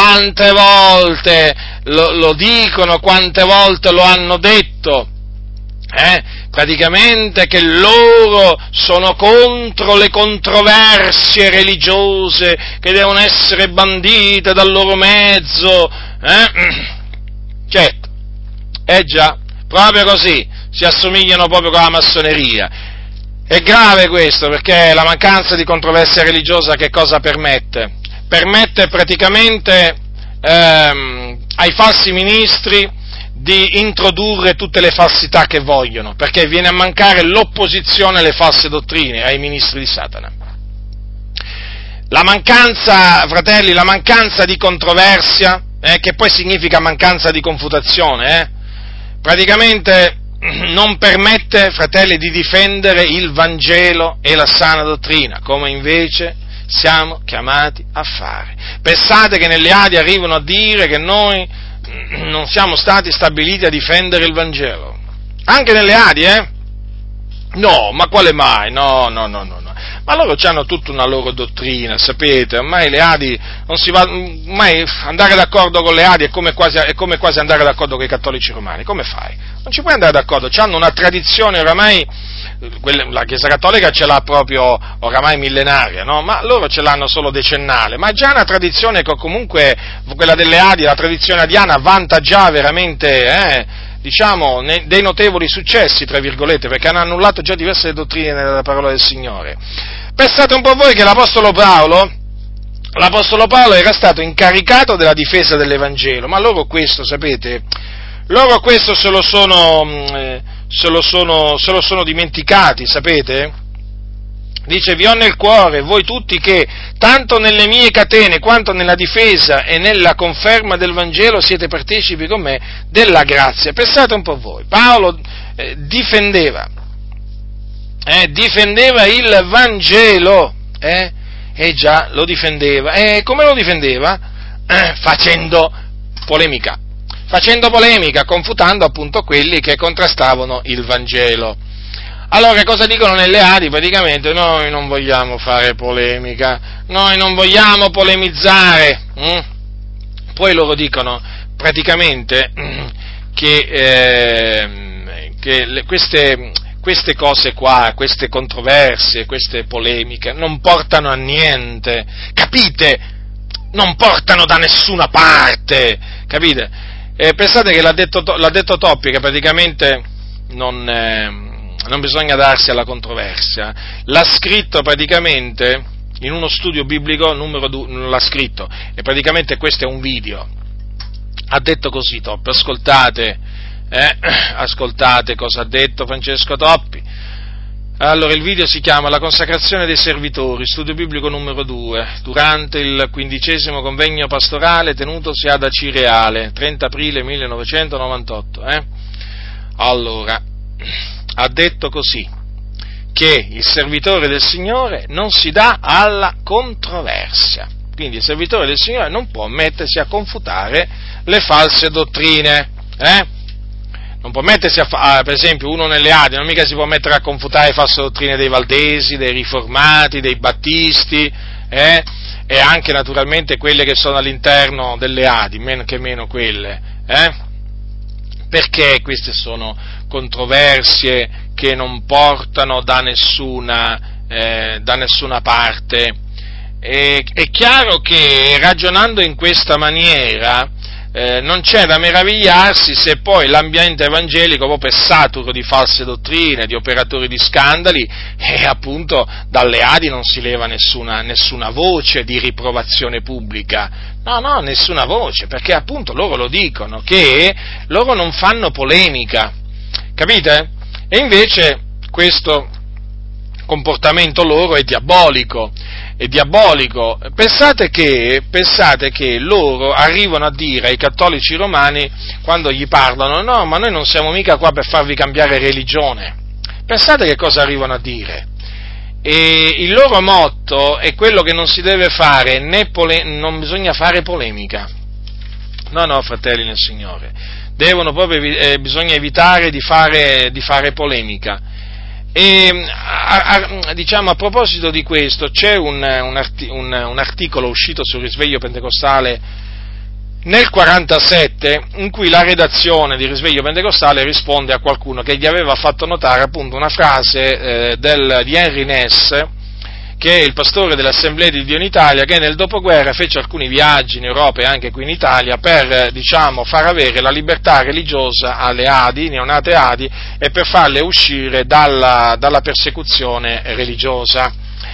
S1: lo dicono, quante volte lo hanno detto, praticamente che loro sono contro le controversie religiose, che devono essere bandite dal loro mezzo, Certo, già, proprio così, si assomigliano proprio con la massoneria. È grave questo, perché la mancanza di controversia religiosa che cosa permette? Permette praticamente ai falsi ministri di introdurre tutte le falsità che vogliono, perché viene a mancare l'opposizione alle false dottrine, ai ministri di Satana. La mancanza, fratelli, la mancanza di controversia, che poi significa mancanza di confutazione, praticamente non permette, fratelli, di difendere il Vangelo e la sana dottrina, come invece siamo chiamati a fare. Pensate che nelle Adi arrivano a dire che noi non siamo stati stabiliti a difendere il Vangelo? Anche nelle Adi, No, ma quale mai? No. Ma loro hanno tutta una loro dottrina, sapete, ormai le Adi non si va, ormai andare d'accordo con le Adi è come quasi andare d'accordo con i cattolici romani. Come fai? Non ci puoi andare d'accordo, hanno una tradizione oramai, la Chiesa Cattolica ce l'ha proprio oramai millenaria, no? Ma loro ce l'hanno solo decennale, ma già una tradizione che comunque, quella delle Adi, la tradizione adiana, vanta già veramente, dei notevoli successi, tra virgolette, perché hanno annullato già diverse dottrine della parola del Signore. Pensate un po' voi che l'Apostolo Paolo era stato incaricato della difesa dell'Evangelo, ma loro questo, sapete, se lo sono dimenticati, sapete? Dice: vi ho nel cuore, voi tutti che, tanto nelle mie catene quanto nella difesa e nella conferma del Vangelo, siete partecipi con me della grazia. Pensate un po' voi, Paolo difendeva il Vangelo, già, lo difendeva. E come lo difendeva? Facendo polemica, confutando appunto quelli che contrastavano il Vangelo. Allora, cosa dicono nelle Adi? Praticamente: noi non vogliamo fare polemica, noi non vogliamo polemizzare. Poi loro dicono praticamente che queste cose qua, queste controversie, queste polemiche non portano a niente, capite? Non portano da nessuna parte, capite? Pensate che l'ha detto Toppi, che praticamente non bisogna darsi alla controversia. L'ha scritto praticamente in uno studio biblico, numero 2, l'ha scritto, e praticamente questo è un video. Ha detto così Toppi, ascoltate cosa ha detto Francesco Toppi. Allora, il video si chiama La consacrazione dei servitori, studio biblico numero 2, durante il 15° convegno pastorale tenutosi ad Acireale, 30 aprile 1998. Allora, ha detto così, che il servitore del Signore non si dà alla controversia, quindi il servitore del Signore non può mettersi a confutare le false dottrine, non può mettersi per esempio, uno nelle Adi non mica si può mettere a confutare le false dottrine dei Valdesi, dei Riformati, dei Battisti, e anche naturalmente quelle che sono all'interno delle Adi, meno quelle, perché queste sono controversie che non portano da nessuna parte. È chiaro che, ragionando in questa maniera, non c'è da meravigliarsi se poi l'ambiente evangelico proprio è saturo di false dottrine, di operatori di scandali, e appunto dalle Adi non si leva nessuna voce di riprovazione pubblica. No, nessuna voce, perché appunto loro lo dicono, che loro non fanno polemica, capite? E invece questo comportamento loro è diabolico. Pensate che loro arrivano a dire ai cattolici romani, quando gli parlano: no, ma noi non siamo mica qua per farvi cambiare religione. Pensate che cosa arrivano a dire. E il loro motto è quello che non si deve fare, non bisogna fare polemica. No, fratelli nel Signore, bisogna evitare di fare polemica. E diciamo, a proposito di questo, c'è un articolo uscito sul Risveglio Pentecostale nel 47, in cui la redazione di Risveglio Pentecostale risponde a qualcuno che gli aveva fatto notare appunto una frase di Henry Ness, che è il pastore dell'Assemblea di Dio in Italia, che nel dopoguerra fece alcuni viaggi in Europa e anche qui in Italia per, far avere la libertà religiosa alle Adi, neonate Adi, e per farle uscire dalla persecuzione religiosa.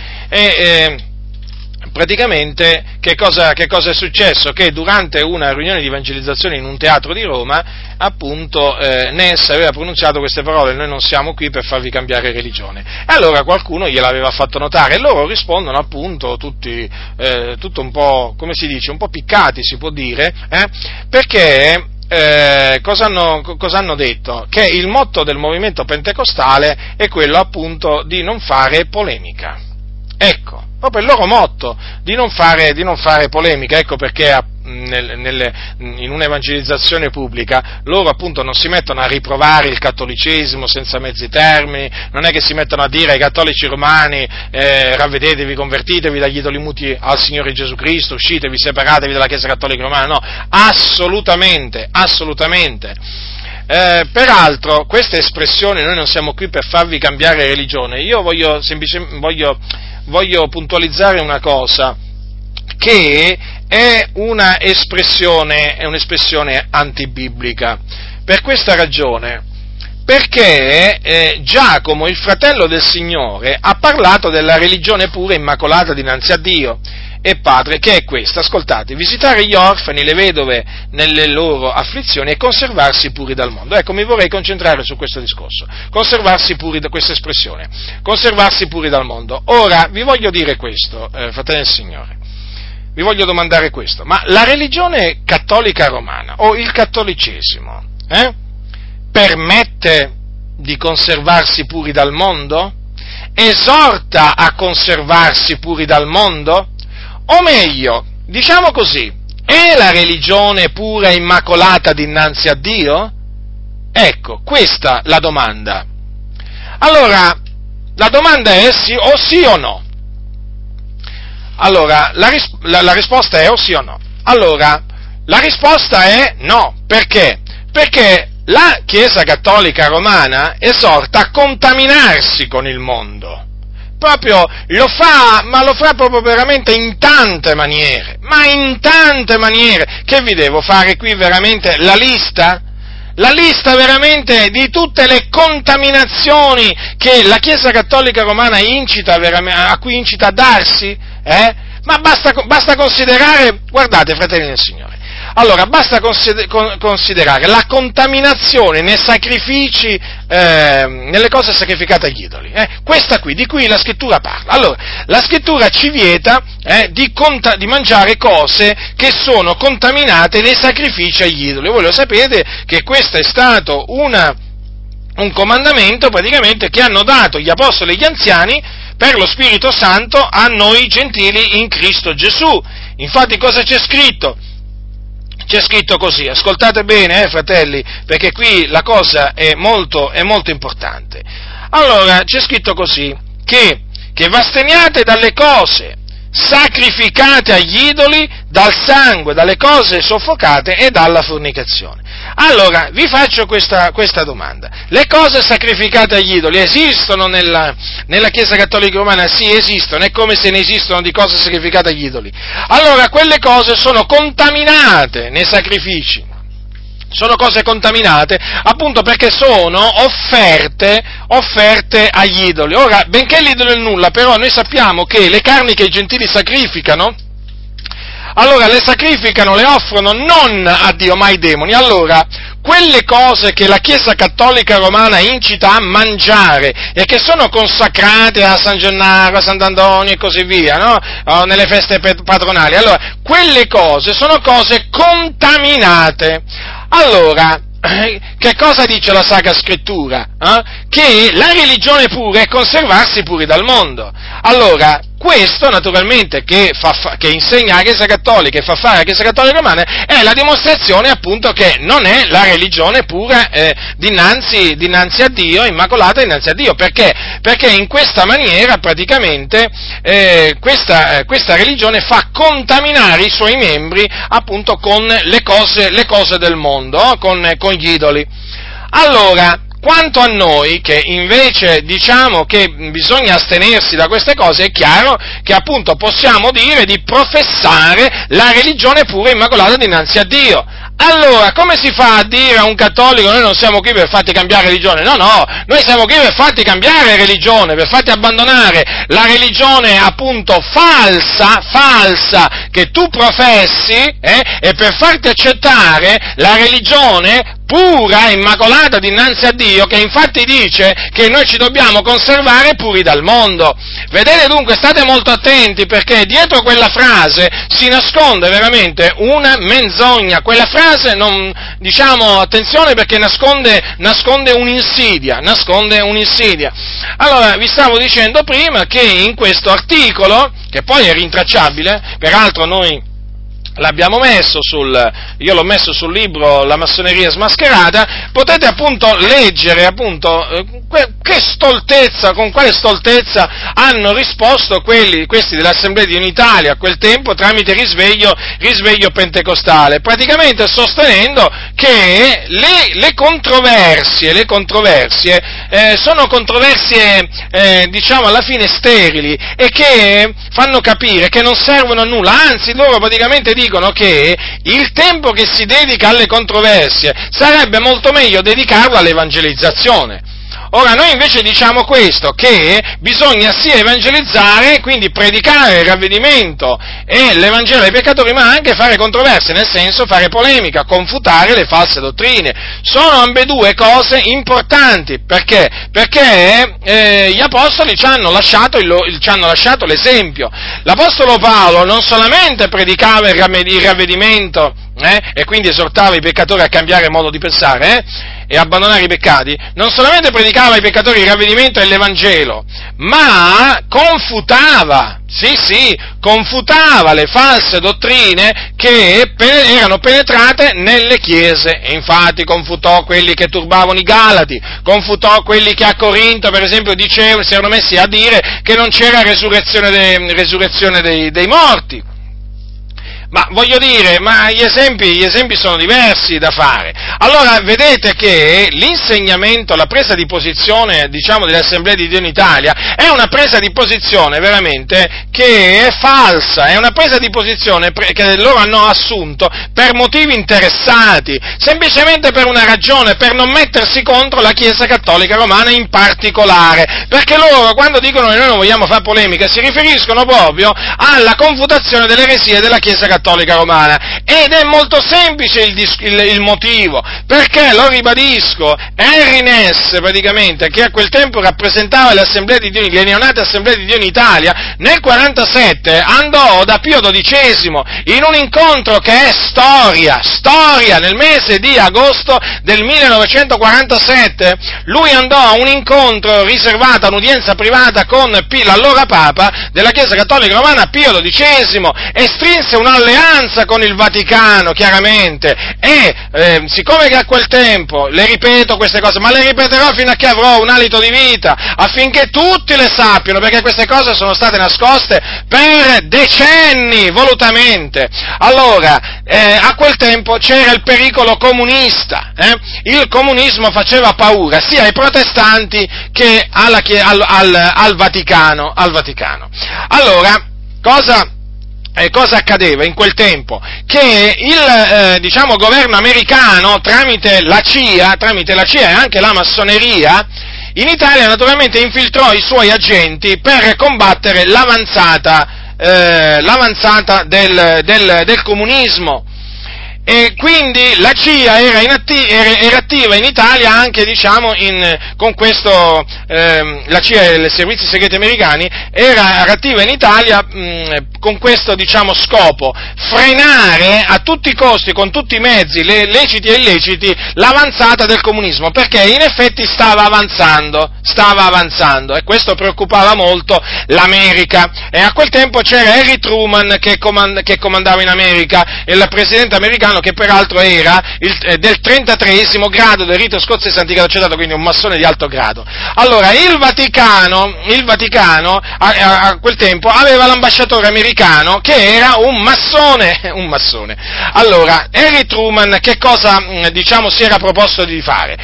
S1: Praticamente che cosa è successo? Che durante una riunione di evangelizzazione in un teatro di Roma, appunto, Ness aveva pronunziato queste parole: noi non siamo qui per farvi cambiare religione. E allora qualcuno gliel'aveva fatto notare, e loro rispondono appunto tutti, tutto un po', come si dice, un po' piccati, si può dire, perché cosa hanno detto? Che il motto del movimento pentecostale è quello appunto di non fare polemica. Ecco, proprio il loro motto, di non fare polemica. Ecco perché in un'evangelizzazione pubblica loro appunto non si mettono a riprovare il cattolicesimo senza mezzi termini, non è che si mettono a dire ai cattolici romani: ravvedetevi, convertitevi dagli idoli muti al Signore Gesù Cristo, uscitevi, separatevi dalla Chiesa Cattolica Romana. No, assolutamente. Peraltro, queste espressioni: noi non siamo qui per farvi cambiare religione, io voglio puntualizzare una cosa, che è un'espressione antibiblica. Per questa ragione: perché Giacomo, il fratello del Signore, ha parlato della religione pura e immacolata dinanzi a Dio, e Padre, che è questa, ascoltate, visitare gli orfani, le vedove nelle loro afflizioni e conservarsi puri dal mondo. Ecco, mi vorrei concentrare su questo discorso, conservarsi puri da questa espressione, conservarsi puri dal mondo. Ora, vi voglio dire questo, fratelli del Signore, vi voglio domandare questo, ma la religione cattolica romana, o il cattolicesimo, permette di conservarsi puri dal mondo? Esorta a conservarsi puri dal mondo? O meglio, diciamo così, è la religione pura e immacolata dinanzi a Dio? Ecco, questa la domanda. Allora, la domanda è sì o no? Allora, la risposta è o sì o no. Allora, la risposta è no. Perché? Perché la Chiesa Cattolica Romana esorta a contaminarsi con il mondo. Proprio lo fa proprio veramente in tante maniere, ma in tante maniere. Che vi devo fare qui veramente la lista? La lista veramente di tutte le contaminazioni che la Chiesa Cattolica Romana a cui incita a darsi? Ma basta considerare, guardate, fratelli del Signore, allora basta considerare la contaminazione nei sacrifici, nelle cose sacrificate agli idoli, questa qui, di cui la Scrittura parla. Allora, la Scrittura ci vieta di mangiare cose che sono contaminate nei sacrifici agli idoli. Voi lo sapete che questo è stato un comandamento praticamente che hanno dato gli apostoli e gli anziani per lo Spirito Santo a noi gentili in Cristo Gesù. Infatti cosa c'è scritto? C'è scritto così, ascoltate bene, fratelli, perché qui la cosa è molto importante. Allora, c'è scritto così, che vi asteniate dalle cose sacrificate agli idoli, dal sangue, dalle cose soffocate e dalla fornicazione. Allora, vi faccio questa domanda. Le cose sacrificate agli idoli esistono nella Chiesa Cattolica Romana? Sì, esistono, è come se ne esistono di cose sacrificate agli idoli. Allora, quelle cose sono contaminate nei sacrifici. Sono cose contaminate appunto perché sono offerte agli idoli. Ora, benché l'idolo è nulla, però noi sappiamo che le carni che i gentili sacrificano, allora le sacrificano, le offrono non a Dio ma ai demoni. Allora, quelle cose che la Chiesa Cattolica Romana incita a mangiare e che sono consacrate a San Gennaro, a Sant'Antonio e così via, no? O nelle feste patronali, allora, quelle cose sono cose contaminate. Allora, che cosa dice la Sacra Scrittura? Che la religione pura è conservarsi puri dal mondo. Allora, questo naturalmente che insegna la Chiesa Cattolica e fa fare la Chiesa Cattolica Romana è la dimostrazione appunto che non è la religione pura dinanzi a Dio, immacolata dinanzi a Dio. Perché? Perché in questa maniera praticamente questa religione fa contaminare i suoi membri appunto con le cose del mondo, con gli idoli. Allora, quanto a noi, che invece diciamo che bisogna astenersi da queste cose, è chiaro che appunto possiamo dire di professare la religione pura e immacolata dinanzi a Dio. Allora, come si fa a dire a un cattolico noi non siamo qui per farti cambiare religione? No, noi siamo qui per farti cambiare religione, per farti abbandonare la religione appunto falsa che tu professi, e per farti accettare la religione pura e immacolata dinanzi a Dio, che infatti dice che noi ci dobbiamo conservare puri dal mondo. Vedete dunque, state molto attenti, perché dietro quella frase si nasconde veramente una menzogna. Quella frase attenzione, perché nasconde un'insidia. Allora, vi stavo dicendo prima che in questo articolo, che poi è rintracciabile, peraltro io l'ho messo sul libro La massoneria smascherata, potete appunto leggere con quale stoltezza hanno risposto questi dell'Assemblea di Unitalia a quel tempo tramite risveglio pentecostale, praticamente sostenendo che le controversie sono controversie alla fine sterili e che fanno capire che non servono a nulla, anzi loro praticamente dicono che il tempo che si dedica alle controversie sarebbe molto meglio dedicarlo all'evangelizzazione. Ora noi invece diciamo questo, che bisogna sia evangelizzare, quindi predicare il ravvedimento e l'Evangelo ai peccatori, ma anche fare controversie, nel senso fare polemica, confutare le false dottrine. Sono ambedue cose importanti, perché? Perché gli apostoli ci hanno lasciato l'esempio. L'apostolo Paolo non solamente predicava il ravvedimento, e quindi esortava i peccatori a cambiare modo di pensare, e abbandonare i peccati, non solamente predicava ai peccatori il ravvedimento e l'Evangelo, ma confutava le false dottrine che erano penetrate nelle chiese, e infatti confutò quelli che turbavano i Galati, confutò quelli che a Corinto, per esempio, si erano messi a dire che non c'era resurrezione dei morti. Ma voglio dire, gli esempi sono diversi da fare. Allora, vedete che l'insegnamento, la presa di posizione, delle Assemblee di Dio in Italia, è una presa di posizione veramente che è falsa, è una presa di posizione che loro hanno assunto per motivi interessati, semplicemente per una ragione, per non mettersi contro la Chiesa Cattolica Romana in particolare, perché loro, quando dicono che noi non vogliamo fare polemica, si riferiscono proprio alla confutazione delle eresie della Chiesa Cattolica Romana, ed è molto semplice il motivo, perché, lo ribadisco, Henry Ness, praticamente, che a quel tempo rappresentava le neonate Assemblee di Dio in Italia, nel 47 andò da Pio XII in un incontro che è storia, nel mese di agosto del 1947, lui andò a un incontro riservato, a un'udienza privata con l'allora Papa della Chiesa Cattolica Romana, Pio XII, e strinse un'alleanza con il Vaticano, chiaramente, e siccome che a quel tempo, le ripeto queste cose, ma le ripeterò fino a che avrò un alito di vita, affinché tutti le sappiano, perché queste cose sono state nascoste per decenni, volutamente. Allora, a quel tempo c'era il pericolo comunista, il comunismo faceva paura sia ai protestanti che al Vaticano. Allora, cosa accadeva in quel tempo? Che il governo americano, tramite la CIA e anche la massoneria, in Italia naturalmente infiltrò i suoi agenti per combattere l'avanzata del comunismo. E quindi la CIA era attiva in Italia anche, con questo, la CIA e i servizi segreti americani era attiva in Italia con questo, scopo, frenare a tutti i costi, con tutti i mezzi, leciti e illeciti, l'avanzata del comunismo, perché in effetti stava avanzando, e questo preoccupava molto l'America, e a quel tempo c'era Harry Truman che comandava in America, e il presidente americano, che peraltro era del 33esimo grado del rito scozzese anticarcerato, quindi un massone di alto grado. Allora, il Vaticano a quel tempo aveva l'ambasciatore americano che era un massone. Allora, Harry Truman che cosa, si era proposto di fare?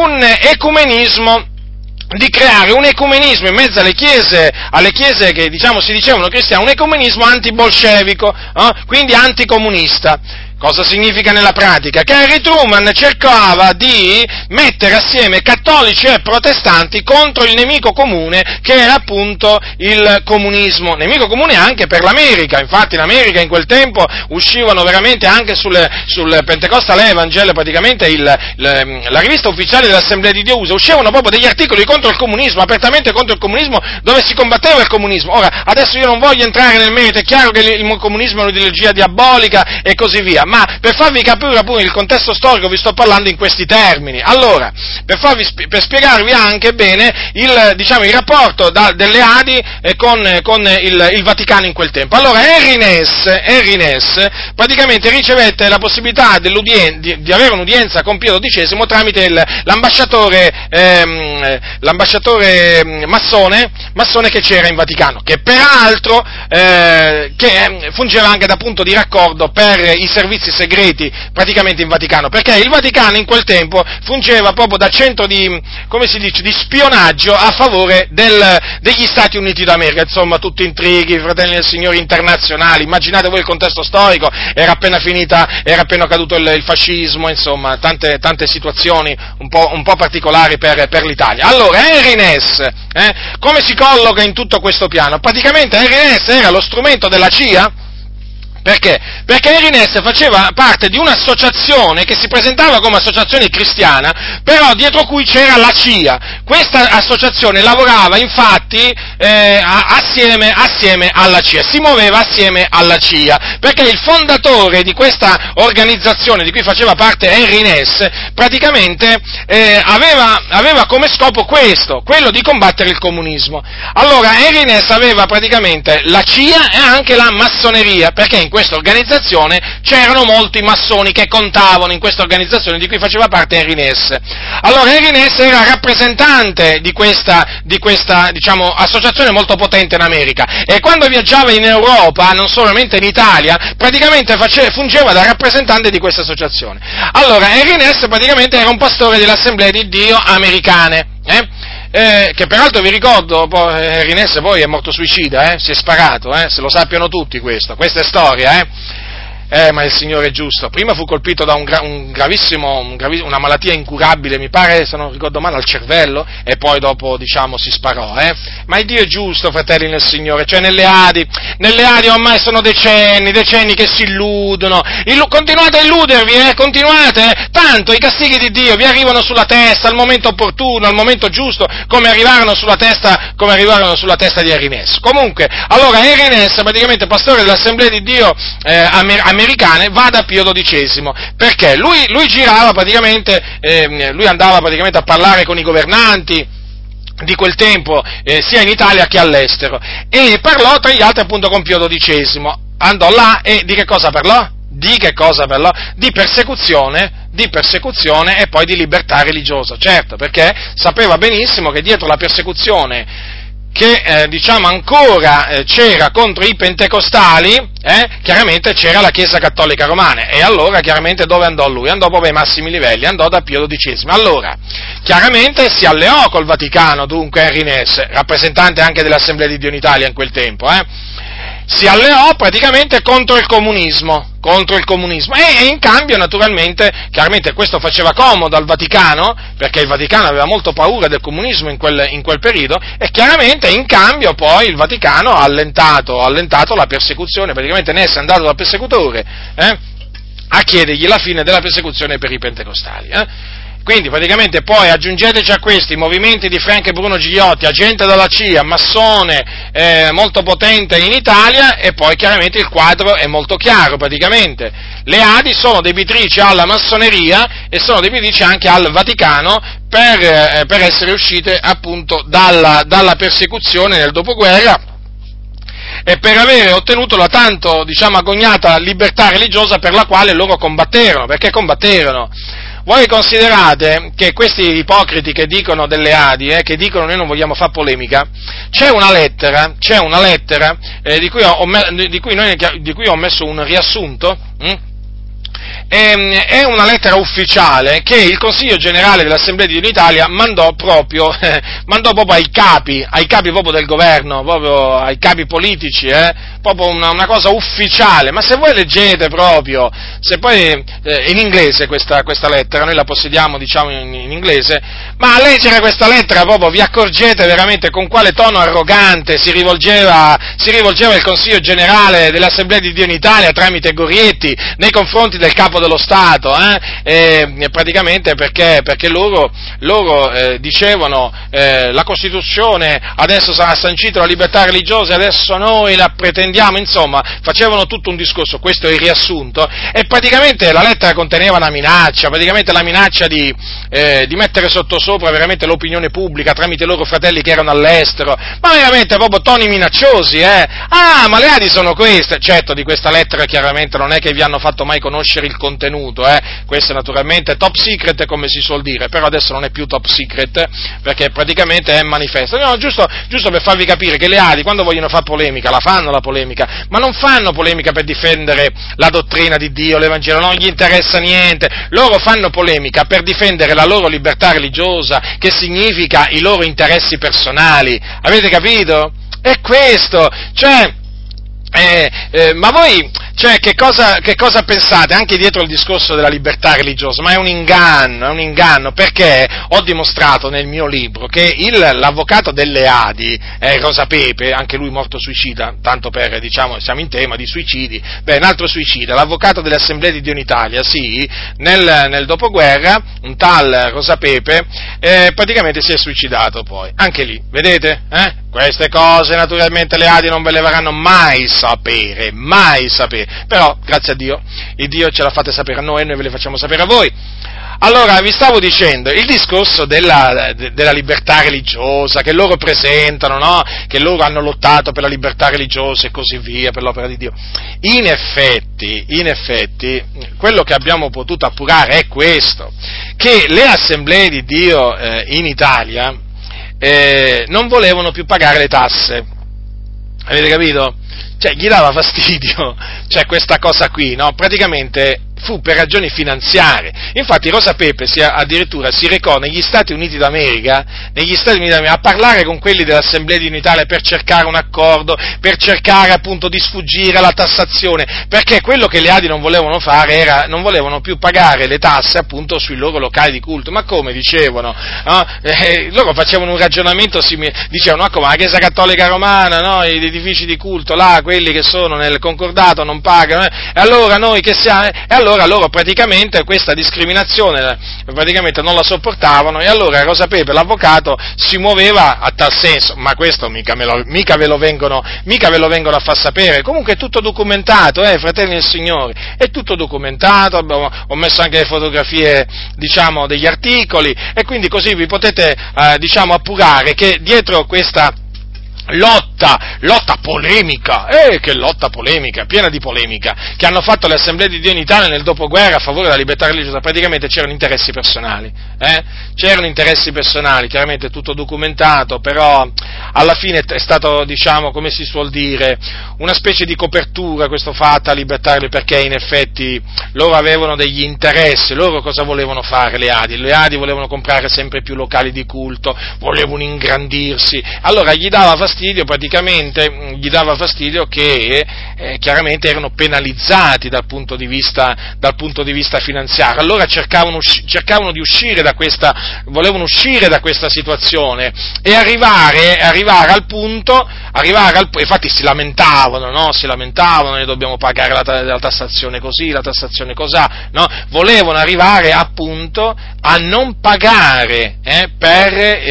S1: Di creare un ecumenismo in mezzo alle chiese che, si dicevano cristiane, un ecumenismo antibolscevico, quindi anticomunista. Cosa significa nella pratica? Che Harry Truman cercava di mettere assieme cattolici e protestanti contro il nemico comune, che era appunto il comunismo, nemico comune anche per l'America. Infatti in America in quel tempo uscivano veramente anche sul Pentecostal Evangel, praticamente la rivista ufficiale dell'Assemblea di Dio USA, uscivano proprio degli articoli contro il comunismo, apertamente contro il comunismo, dove si combatteva il comunismo. Ora, adesso io non voglio entrare nel merito, è chiaro che il comunismo è un'ideologia diabolica e così via, ma per farvi capire appunto il contesto storico vi sto parlando in questi termini. Allora, per spiegarvi anche bene il rapporto delle Adi con il Vaticano in quel tempo. Allora, Henry Ness praticamente ricevette la possibilità di avere un'udienza con Pio XII tramite l'ambasciatore massone massone che c'era in Vaticano, che peraltro che fungeva anche da punto di raccordo per i servizi segreti praticamente in Vaticano, perché il Vaticano in quel tempo fungeva proprio da centro di, come si dice, di spionaggio a favore degli Stati Uniti d'America, insomma tutti intrighi, fratelli del Signore internazionali, immaginate voi il contesto storico, era appena caduto il fascismo, insomma tante situazioni un po' particolari per l'Italia. Allora, Henry Ness, come si colloca in tutto questo piano? Praticamente Henry Ness era lo strumento della CIA. Perché? Perché Henry Ness faceva parte di un'associazione che si presentava come associazione cristiana, però dietro cui c'era la CIA. Questa associazione lavorava infatti assieme alla CIA, si muoveva assieme alla CIA, perché il fondatore di questa organizzazione di cui faceva parte Henry Ness praticamente aveva come scopo questo, quello di combattere il comunismo. Allora Henry Ness aveva praticamente la CIA e anche la massoneria, perché in questa organizzazione c'erano molti massoni che contavano in questa organizzazione di cui faceva parte Henry Ness. Allora Henry Ness era rappresentante di questa diciamo, associazione molto potente in America, e quando viaggiava in Europa, non solamente in Italia, praticamente fungeva da rappresentante di questa associazione. Allora Henry Ness praticamente era un pastore delle Assemblee di Dio americane, che peraltro vi ricordo, Henry Ness poi è morto suicida, si è sparato, se lo sappiano tutti questa è storia, ma il Signore è giusto. Prima fu colpito da una malattia incurabile, mi pare, se non ricordo male, al cervello, e poi dopo, si sparò, Ma il Dio è giusto, fratelli nel Signore, cioè nelle Adi ormai sono decenni che si illudono, continuate a illudervi, continuate, tanto i castighi di Dio vi arrivano sulla testa al momento opportuno, al momento giusto, come arrivarono sulla testa di Henry Ness. Comunque, allora Henry Ness, praticamente pastore dell'Assemblea di Dio americane, va da Pio XII, perché lui girava praticamente, lui andava praticamente a parlare con i governanti di quel tempo, sia in Italia che all'estero, e parlò tra gli altri appunto con Pio XII, andò là e di che cosa parlò? Di persecuzione e poi di libertà religiosa, certo, perché sapeva benissimo che dietro la persecuzione che ancora c'era contro i pentecostali, chiaramente c'era la Chiesa Cattolica Romana, e allora chiaramente dove andò lui? Andò proprio ai massimi livelli, andò da Pio XII. Allora, chiaramente si alleò col Vaticano, dunque Henry Ness, rappresentante anche dell'Assemblea di Dio in Italia in quel tempo, si alleò praticamente contro il comunismo, e in cambio naturalmente, chiaramente questo faceva comodo al Vaticano, perché il Vaticano aveva molto paura del comunismo in quel periodo, e chiaramente in cambio poi il Vaticano ha allentato la persecuzione, praticamente Ness è andato dal persecutore a chiedergli la fine della persecuzione per i pentecostali. Quindi praticamente poi aggiungeteci a questi i movimenti di Frank e Bruno Gigliotti, agente della CIA, massone molto potente in Italia, e poi chiaramente il quadro è molto chiaro praticamente. Le Adi sono debitrici alla massoneria e sono debitrici anche al Vaticano per essere uscite appunto dalla persecuzione nel dopoguerra e per avere ottenuto la tanto agognata libertà religiosa per la quale loro combatterono, perché combatterono. Voi considerate che questi ipocriti che dicono delle Adi, che dicono noi non vogliamo fare polemica, c'è una lettera di cui ho messo un riassunto, è una lettera ufficiale che il Consiglio Generale dell'Assemblea di Dio in Italia mandò proprio ai capi proprio del governo, proprio ai capi politici, proprio una cosa ufficiale. Ma se voi leggete proprio, se poi in inglese questa lettera, noi la possediamo in inglese, ma a leggere questa lettera proprio vi accorgete veramente con quale tono arrogante si rivolgeva il Consiglio Generale dell'Assemblea di Dio in Italia tramite Gorietti nei confronti del capo dello Stato, praticamente perché loro dicevano la Costituzione adesso sarà sancita la libertà religiosa e adesso noi la pretendiamo, insomma, facevano tutto un discorso, questo è il riassunto, e praticamente la lettera conteneva una minaccia, praticamente la minaccia di mettere sottosopra veramente l'opinione pubblica tramite i loro fratelli che erano all'estero, ma veramente proprio toni minacciosi, ma le Adi sono queste. Certo, di questa lettera chiaramente non è che vi hanno fatto mai conoscere il contenuto, questo naturalmente è top secret come si suol dire, però adesso non è più top secret perché praticamente è manifesto. No, giusto per farvi capire che le Ali quando vogliono fare polemica, la fanno la polemica, ma non fanno polemica per difendere la dottrina di Dio, l'Evangelo, non gli interessa niente, loro fanno polemica per difendere la loro libertà religiosa, che significa i loro interessi personali, avete capito? È questo, cioè, ma voi, cioè, che cosa pensate anche dietro il discorso della libertà religiosa? Ma è un inganno, perché ho dimostrato nel mio libro che l'avvocato delle Adi, Rosa Pepe, anche lui morto suicida, tanto per, siamo in tema di suicidi, un altro suicida, l'avvocato delle Assemblee di Dio in Italia, sì, nel dopoguerra, un tal Rosa Pepe, praticamente si è suicidato poi, anche lì, vedete? Queste cose naturalmente le Adi non ve le faranno mai sapere, però grazie a Dio, il Dio ce la fate sapere a noi e noi ve le facciamo sapere a voi. Allora, vi stavo dicendo, il discorso della libertà religiosa, che loro presentano, no? Che loro hanno lottato per la libertà religiosa e così via, per l'opera di Dio. In effetti, quello che abbiamo potuto appurare è questo, che le Assemblee di Dio in Italia non volevano più pagare le tasse. Avete capito? Cioè, gli dava fastidio, cioè, questa cosa qui, no? Praticamente fu per ragioni finanziarie. Infatti Rosa Pepe addirittura si recò negli Stati Uniti d'America, a parlare con quelli dell'Assemblea di Unità per cercare un accordo, per cercare appunto di sfuggire alla tassazione, perché quello che le Adi non volevano fare non volevano più pagare le tasse appunto sui loro locali di culto. Ma come dicevano? No? Loro facevano un ragionamento simile, dicevano, come la Chiesa Cattolica Romana, no? Gli edifici di culto là, quelli che sono nel concordato non pagano, e allora noi che siamo, allora loro praticamente questa discriminazione praticamente non la sopportavano, e allora Rosa Pepe, l'avvocato, si muoveva a tal senso, ma questo mica ve lo vengono a far sapere. Comunque è tutto documentato, fratelli del Signore, è tutto documentato, ho messo anche le fotografie, degli articoli, e quindi così vi potete, appurare che dietro questa lotta polemica, che lotta polemica, piena di polemica, che hanno fatto le Assemblee di Dio in Italia nel dopoguerra a favore della libertà religiosa, praticamente c'erano interessi personali, chiaramente tutto documentato, però alla fine è stato, come si suol dire, una specie di copertura questo fatto a libertà, perché in effetti loro avevano degli interessi. Loro cosa volevano fare, le Adi? Le Adi volevano comprare sempre più locali di culto, volevano ingrandirsi, allora gli dava fastidio che chiaramente erano penalizzati dal punto di vista finanziario. Allora cercavano di uscire volevano uscire da questa situazione e arrivare al punto, infatti si lamentavano, no? Noi dobbiamo pagare la tassazione così, la tassazione cosà, no? Volevano arrivare appunto a non pagare per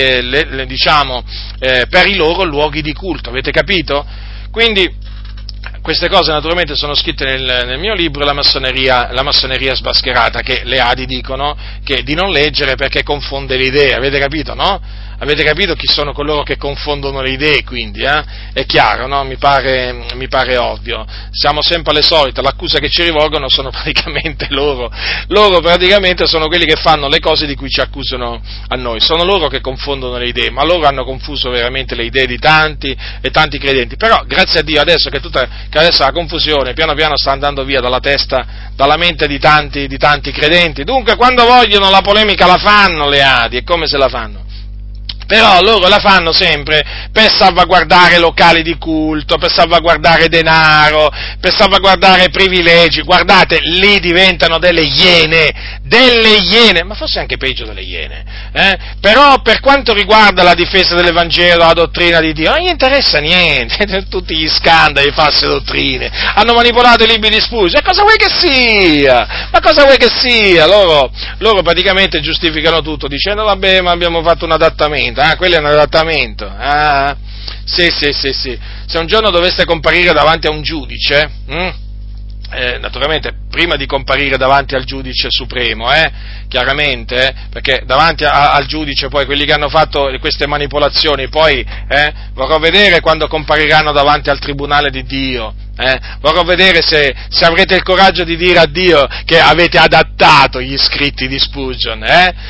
S1: i loro luoghi di culto, avete capito? Quindi queste cose naturalmente sono scritte nel mio libro, la massoneria sbascherata, che le Adi dicono che di non leggere perché confonde le idee, avete capito, no? Avete capito chi sono coloro che confondono le idee, quindi, È chiaro, no? Mi pare ovvio. Siamo sempre alle solite, l'accusa che ci rivolgono sono praticamente loro praticamente sono quelli che fanno le cose di cui ci accusano a noi, sono loro che confondono le idee, ma loro hanno confuso veramente le idee di tanti e tanti credenti, però grazie a Dio adesso che adesso la confusione piano piano sta andando via dalla testa, dalla mente di tanti credenti. Dunque quando vogliono la polemica la fanno le Adi, e come se la fanno? Però loro la fanno sempre per salvaguardare locali di culto, per salvaguardare denaro, per salvaguardare privilegi. Guardate, lì diventano delle iene, ma forse anche peggio delle iene. Però per quanto riguarda la difesa dell'Evangelo, la dottrina di Dio, non gli interessa niente, tutti gli scandali, false dottrine, hanno manipolato i libri di Spurgeon, e cosa vuoi che sia? Ma cosa vuoi che sia? Loro praticamente giustificano tutto dicendo, vabbè, ma abbiamo fatto un adattamento. Quello è un adattamento. Sì. Se un giorno dovesse comparire davanti a un giudice, naturalmente prima di comparire davanti al giudice supremo, chiaramente, perché davanti al giudice poi quelli che hanno fatto queste manipolazioni, poi vorrò vedere quando compariranno davanti al tribunale di Dio, Vorrò vedere se avrete il coraggio di dire a Dio che avete adattato gli scritti di Spurgeon,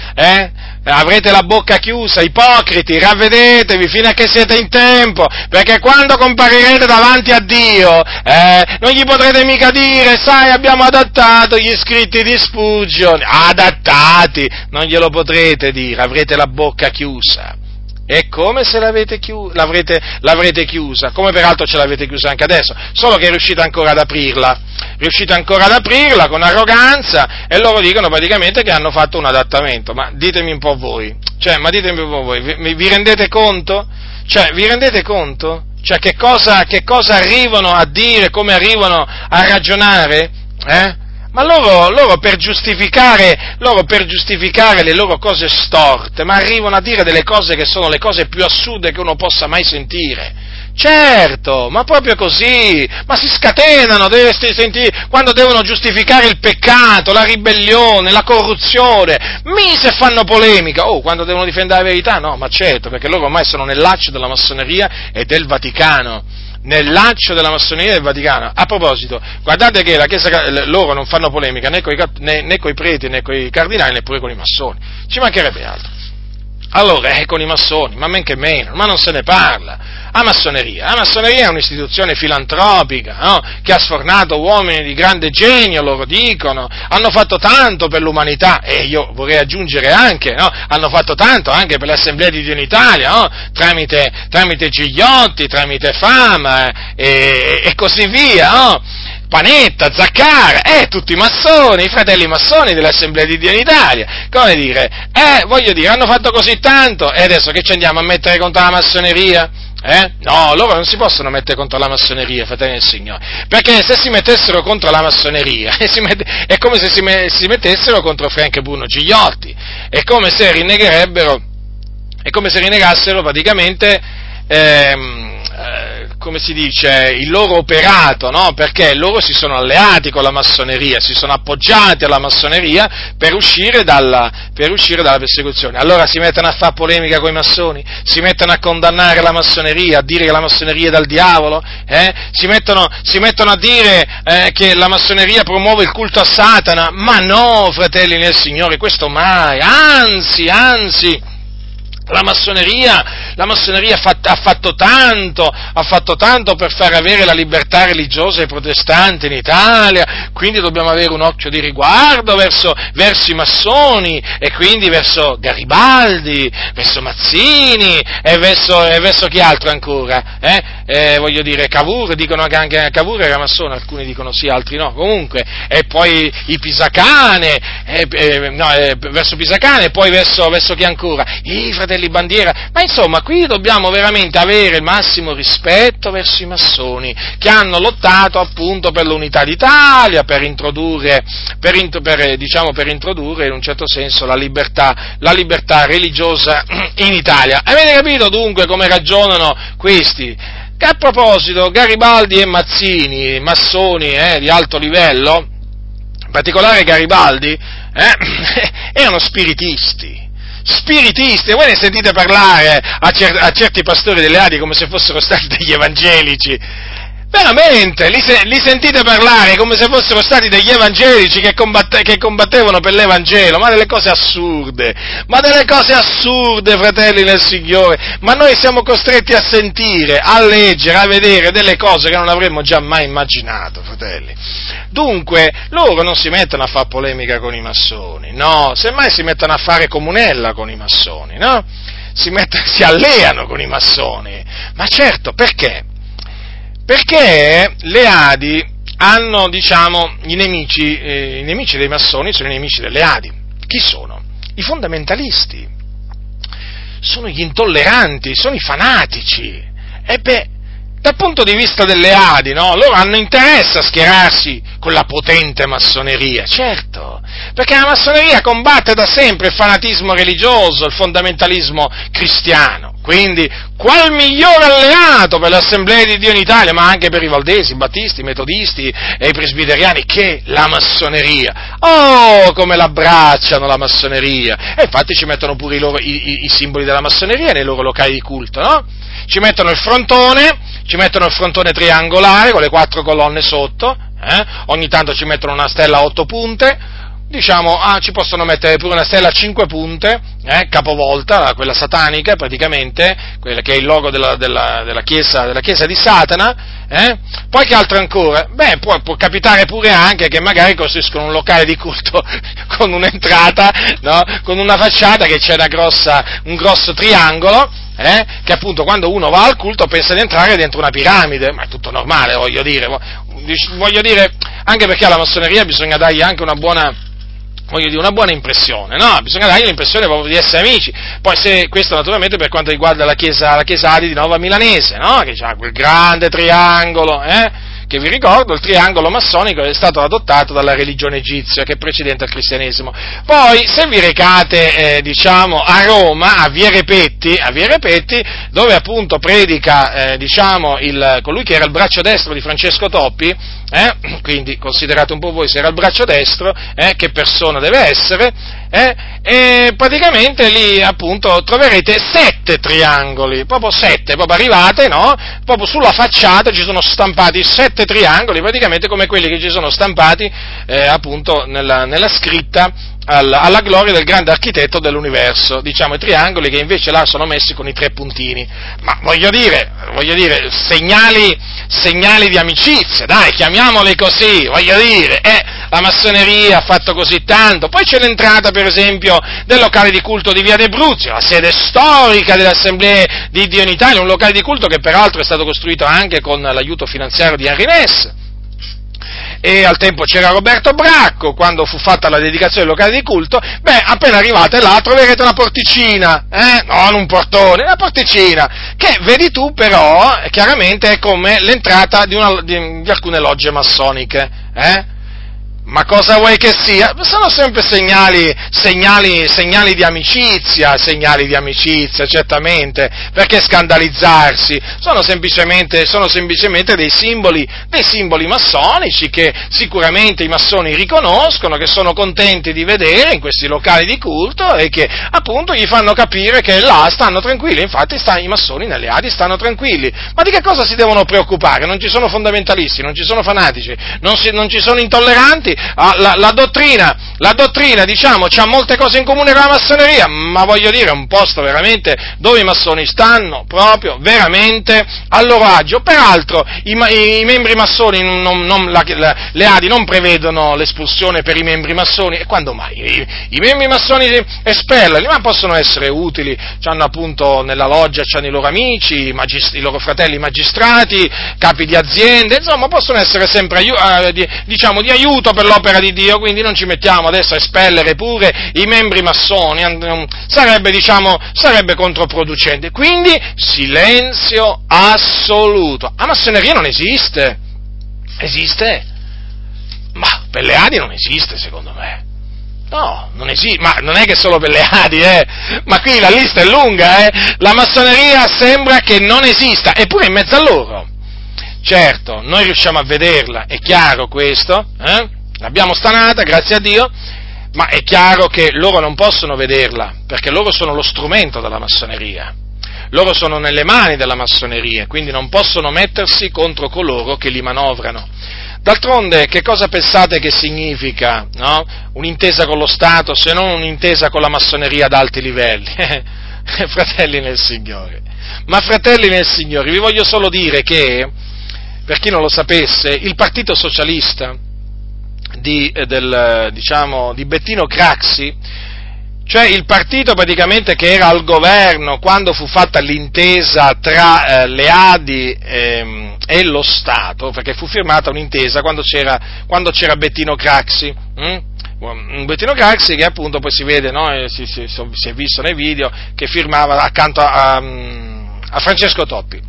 S1: Avrete la bocca chiusa, ipocriti, ravvedetevi fino a che siete in tempo, perché quando comparirete davanti a Dio, non gli potrete mica dire, sai, abbiamo adattato gli scritti di Spurgeon, adattati, non glielo potrete dire, avrete la bocca chiusa. È come se l'avrete chiusa, come peraltro ce l'avete chiusa anche adesso, solo che riuscite ancora ad aprirla con arroganza, e loro dicono praticamente che hanno fatto un adattamento. Ma ditemi un po' voi, vi rendete conto? Vi rendete conto? Che cosa arrivano a dire, come arrivano a ragionare? Ma loro per giustificare le loro cose storte, ma arrivano a dire delle cose che sono le cose più assurde che uno possa mai sentire. Certo, ma proprio così, ma si scatenano, quando devono giustificare il peccato, la ribellione, la corruzione, se fanno polemica. Quando devono difendere la verità, no, ma certo, perché loro ormai sono nel laccio della massoneria e del Vaticano. Nel laccio della massoneria del Vaticano. A proposito, guardate che la Chiesa, loro non fanno polemica né coi preti, né coi cardinali, neppure con i massoni. Ci mancherebbe altro. Allora, con i massoni, ma men che meno, ma non se ne parla. La massoneria è un'istituzione filantropica, no? Che ha sfornato uomini di grande genio, loro dicono, hanno fatto tanto per l'umanità, e io vorrei aggiungere anche, no? Hanno fatto tanto anche per l'Assemblea di Dio in Italia, no? Tramite Gigliotti, tramite Fama, e così via, no? Panetta, Zaccara, tutti massoni, i fratelli massoni dell'Assemblea di Dio in Italia, come dire, hanno fatto così tanto, e adesso che ci andiamo a mettere contro la massoneria? No, loro non si possono mettere contro la massoneria, fratelli del Signore, perché se si mettessero contro la massoneria, è come se si mettessero contro Frank Bruno Gigliotti, è come se rinegassero praticamente, come si dice, il loro operato, no? Perché loro si sono alleati con la massoneria, si sono appoggiati alla massoneria per uscire dalla persecuzione. Allora si mettono a fare polemica con i massoni, si mettono a condannare la massoneria, a dire che la massoneria è dal diavolo, si mettono a dire che la massoneria promuove il culto a Satana, ma no, fratelli nel Signore, questo mai, anzi, la massoneria ha fatto tanto per far avere la libertà religiosa ai protestanti in Italia, quindi dobbiamo avere un occhio di riguardo verso i massoni, e quindi verso Garibaldi, verso Mazzini, e verso chi altro ancora? Voglio dire, Cavour, dicono che anche Cavour era massone, alcuni dicono sì, altri no, comunque, e poi i Pisacane, verso Pisacane, e poi verso chi ancora? I fratelli Bandiera. Ma insomma, qui dobbiamo veramente avere il massimo rispetto verso i massoni, che hanno lottato appunto per l'unità d'Italia, per introdurre in un certo senso la libertà religiosa in Italia. Avete capito dunque come ragionano questi? Che a proposito, Garibaldi e Mazzini, massoni di alto livello, in particolare Garibaldi, erano spiritisti, voi ne sentite parlare a certi pastori delle Adi come se fossero stati degli evangelici, veramente, li sentite parlare come se fossero stati degli evangelici che combattevano per l'Evangelo, ma delle cose assurde, fratelli nel Signore, ma noi siamo costretti a sentire, a leggere, a vedere delle cose che non avremmo già mai immaginato, fratelli. Dunque, loro non si mettono a fare polemica con i massoni, no, semmai si mettono a fare comunella con i massoni, no? Si alleano con i massoni, ma certo, perché? Perché le Adi hanno, i nemici dei massoni sono i nemici delle Adi. Chi sono? I fondamentalisti, sono gli intolleranti, sono i fanatici. Dal punto di vista delle Adi, no? Loro hanno interesse a schierarsi con la potente massoneria, certo, perché la massoneria combatte da sempre il fanatismo religioso, il fondamentalismo cristiano, quindi qual migliore alleato per l'Assemblea di Dio in Italia, ma anche per i valdesi, i battisti, i metodisti e i presbiteriani, che la massoneria. Oh, come l'abbracciano la massoneria, e infatti ci mettono pure i simboli della massoneria nei loro locali di culto, no? Ci mettono il frontone, ci mettono il frontone triangolare con le 4 colonne sotto, ogni tanto ci mettono una stella a 8 punte, ci possono mettere pure una stella a 5 punte, capovolta, quella satanica praticamente, quella che è il logo della chiesa di Satana, Poi che altro ancora? Può capitare pure anche che magari costruiscono un locale di culto con un'entrata, no? Con una facciata che c'è un grosso triangolo, che appunto quando uno va al culto pensa di entrare dentro una piramide, ma è tutto normale, voglio dire, anche perché alla massoneria bisogna dargli anche una buona impressione, no? Bisogna dargli l'impressione proprio di essere amici. Poi questo naturalmente per quanto riguarda la chiesa di Nova Milanese, no? Che c'ha quel grande triangolo, che vi ricordo, il triangolo massonico è stato adottato dalla religione egizia, che è precedente al cristianesimo. Poi, se vi recate, a Roma, a Via Repetti, dove appunto predica, colui che era il braccio destro di Francesco Toppi, quindi considerate un po' voi se era il braccio destro, che persona deve essere, e praticamente lì appunto troverete 7 triangoli, proprio arrivate, no? Proprio sulla facciata ci sono stampati 7 triangoli, praticamente come quelli che ci sono stampati appunto nella scritta alla gloria del grande architetto dell'universo, i triangoli che invece là sono messi con i 3 puntini, ma voglio dire, segnali di amicizia, dai, chiamiamoli così, la massoneria ha fatto così tanto. Poi c'è l'entrata, per esempio, del locale di culto di Via de' Bruzzi, la sede storica delle Assemblee di Dio in Italia, un locale di culto che peraltro è stato costruito anche con l'aiuto finanziario di Henry Ness. E al tempo c'era Roberto Bracco, quando fu fatta la dedicazione del locale di culto, appena arrivate là troverete una porticina, non un portone, una porticina, che vedi tu però, chiaramente è come l'entrata di alcune logge massoniche, Ma cosa vuoi che sia? Sono sempre segnali di amicizia, certamente, perché scandalizzarsi? Sono semplicemente dei simboli massonici che sicuramente i massoni riconoscono, che sono contenti di vedere in questi locali di culto e che appunto gli fanno capire che là stanno tranquilli, infatti i massoni nelle Adi stanno tranquilli. Ma di che cosa si devono preoccupare? Non ci sono fondamentalisti, non ci sono fanatici, non ci sono intolleranti. La dottrina, c'ha molte cose in comune con la massoneria, ma voglio dire, è un posto veramente dove i massoni stanno proprio veramente a loro agio. Peraltro, i membri massoni, le Adi non prevedono l'espulsione per i membri massoni, e quando mai? I membri massoni espellerli, ma possono essere utili, c'hanno appunto nella loggia, c'hanno i loro amici, i loro fratelli magistrati, capi di aziende, insomma, possono essere sempre di aiuto per l'opera di Dio, quindi non ci mettiamo adesso a espellere pure i membri massoni, sarebbe controproducente. Quindi silenzio assoluto. La massoneria non esiste. Esiste? Ma per le Adi non esiste, secondo me. No, non esiste, ma non è che solo per le Adi, ma qui la lista è lunga, La massoneria sembra che non esista, eppure in mezzo a loro. Certo, noi riusciamo a vederla, è chiaro questo, L'abbiamo stanata, grazie a Dio, ma è chiaro che loro non possono vederla, perché loro sono lo strumento della massoneria. Loro sono nelle mani della massoneria, quindi non possono mettersi contro coloro che li manovrano. D'altronde, che cosa pensate che significa, no? Un'intesa con lo Stato, se non un'intesa con la massoneria ad alti livelli? Fratelli nel Signore. Ma fratelli nel Signore, vi voglio solo dire che, per chi non lo sapesse, il Partito Socialista di Bettino Craxi, cioè il partito praticamente che era al governo quando fu fatta l'intesa tra le Adi e lo Stato, perché fu firmata un'intesa quando c'era Bettino Craxi, Bettino Craxi che appunto poi si vede, no? Si è visto nei video, che firmava accanto a Francesco Toppi.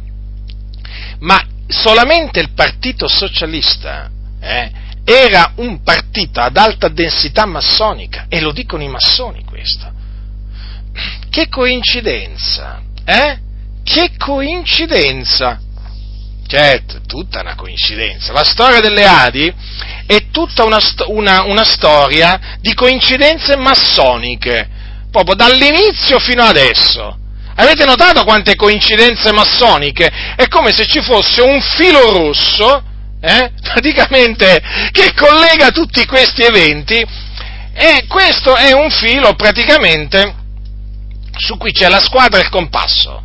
S1: Ma solamente il Partito Socialista era un partito ad alta densità massonica, e lo dicono i massoni questo. Che coincidenza, Che coincidenza! Certo, è tutta una coincidenza. La storia delle Adi è tutta una storia di coincidenze massoniche, proprio dall'inizio fino adesso. Avete notato quante coincidenze massoniche? È come se ci fosse un filo rosso, praticamente, che collega tutti questi eventi, e questo è un filo praticamente su cui c'è la squadra e il compasso.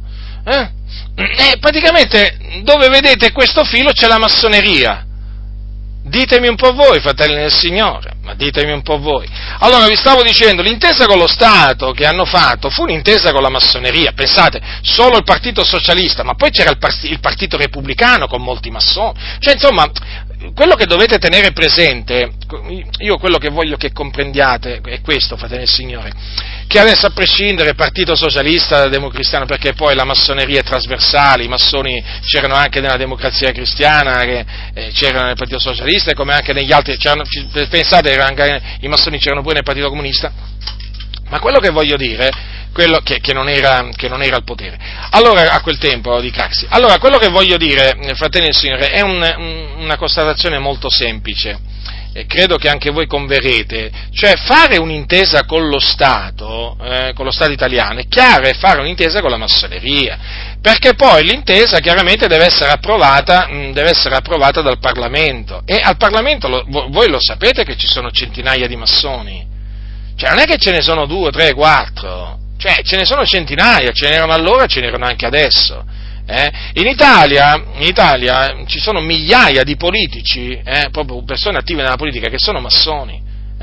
S1: E praticamente dove vedete questo filo c'è la massoneria. Ditemi un po' voi, fratelli del Signore, ma ditemi un po' voi. Allora, vi stavo dicendo, l'intesa con lo Stato che hanno fatto fu un'intesa con la massoneria. Pensate, solo il Partito Socialista, ma poi c'era il Partito Repubblicano con molti massoni. Cioè, insomma, quello che dovete tenere presente, io quello che voglio che comprendiate è questo, fratelli del Signore, che adesso, a prescindere dal Partito Socialista da Democristiano, perché poi la massoneria è trasversale, i massoni c'erano anche nella Democrazia Cristiana, c'erano nel Partito Socialista, e come anche negli altri, pensate che anche i massoni c'erano pure nel Partito Comunista, ma quello che voglio dire, quello che non era al potere, allora, a quel tempo di Craxi, allora quello che voglio dire, fratelli del Signore, è una constatazione molto semplice, e credo che anche voi converrete, cioè fare un'intesa con lo Stato italiano, è chiaro, è fare un'intesa con la massoneria, perché poi l'intesa chiaramente deve essere approvata dal Parlamento, e al Parlamento, voi lo sapete che ci sono centinaia di massoni, cioè non è che ce ne sono 2, 3, 4, cioè ce ne sono centinaia, ce n'erano allora, ce n'erano anche adesso. In Italia ci sono migliaia di politici, proprio persone attive nella politica, che sono massoni,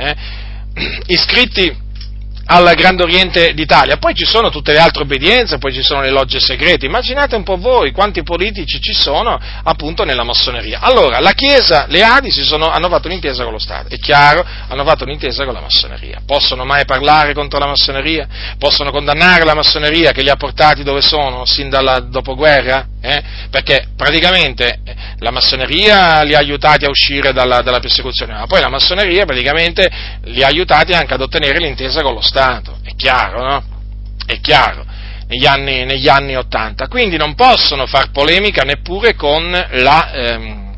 S1: iscritti al Grand Oriente d'Italia. Poi ci sono tutte le altre obbedienze, poi ci sono le logge segrete. Immaginate un po' voi quanti politici ci sono appunto nella massoneria. Allora, la Chiesa, le Adi hanno fatto un'intesa con lo Stato, è chiaro, hanno fatto un'intesa con la massoneria. Possono mai parlare contro la massoneria? Possono condannare la massoneria che li ha portati dove sono sin dalla dopoguerra? Perché praticamente la massoneria li ha aiutati a uscire dalla persecuzione, ma poi la massoneria praticamente li ha aiutati anche ad ottenere l'intesa con lo Stato, è chiaro, no? È chiaro, negli anni '80, quindi non possono far polemica neppure con la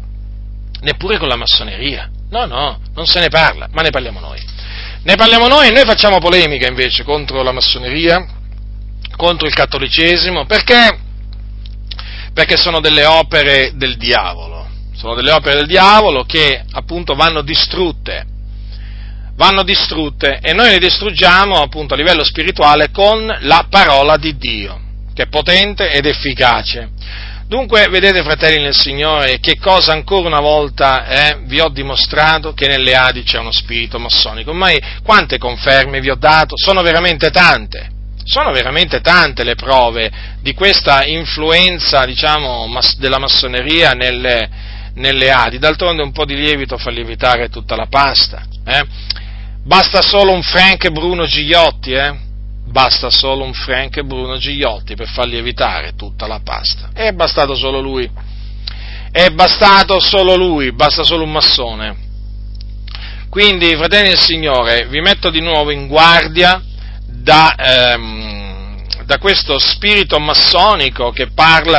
S1: massoneria, no, non se ne parla, ma ne parliamo noi. E noi facciamo polemica invece contro la massoneria, contro il cattolicesimo, perché sono delle opere del diavolo, che appunto vanno distrutte, e noi le distruggiamo appunto a livello spirituale con la parola di Dio, che è potente ed efficace. Dunque, vedete, fratelli nel Signore, che cosa ancora una volta vi ho dimostrato? Che nelle Adi c'è uno spirito massonico. Ormai quante conferme vi ho dato? Sono veramente tante le prove di questa influenza, diciamo, della massoneria nelle Adi. D'altronde un po' di lievito fa lievitare tutta la pasta, Basta solo un Frank Bruno Gigliotti, Basta solo un Frank Bruno Gigliotti per far lievitare tutta la pasta. È bastato solo lui, basta solo un massone. Quindi, fratelli del Signore, vi metto di nuovo in guardia da questo spirito massonico che parla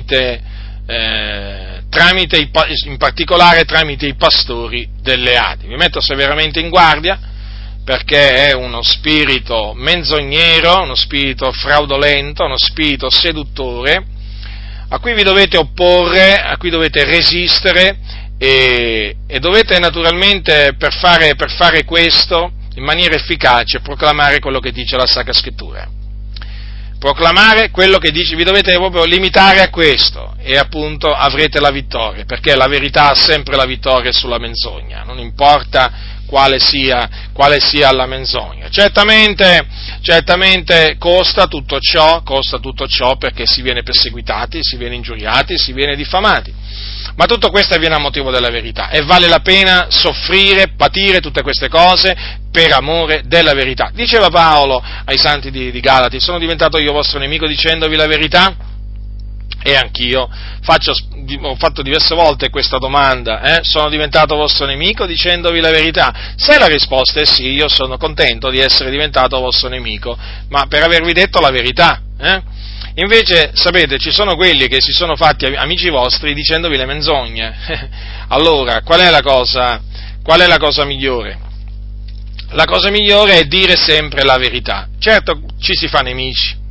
S1: in particolare tramite i pastori delle Adi. Vi metto severamente in guardia, perché è uno spirito menzognero, uno spirito fraudolento, uno spirito seduttore, a cui vi dovete opporre, a cui dovete resistere, e dovete naturalmente, per fare questo in maniera efficace, proclamare quello che dice la Sacra Scrittura. Proclamare quello che dice, vi dovete proprio limitare a questo, e appunto avrete la vittoria, perché la verità ha sempre la vittoria sulla menzogna, non importa quale sia la menzogna. Certamente costa tutto ciò perché si viene perseguitati, si viene ingiuriati, si viene diffamati, ma tutto questo avviene a motivo della verità, e vale la pena soffrire, patire tutte queste cose per amore della verità. Diceva Paolo ai santi di Galati: sono diventato io vostro nemico dicendovi la verità? E anch'io ho fatto diverse volte questa domanda, sono diventato vostro nemico dicendovi la verità? Se la risposta è sì, io sono contento di essere diventato vostro nemico, ma per avervi detto la verità, Invece, sapete, ci sono quelli che si sono fatti amici vostri dicendovi le menzogne. Allora, qual è la cosa migliore? La cosa migliore è dire sempre la verità. Certo, ci si fa nemici,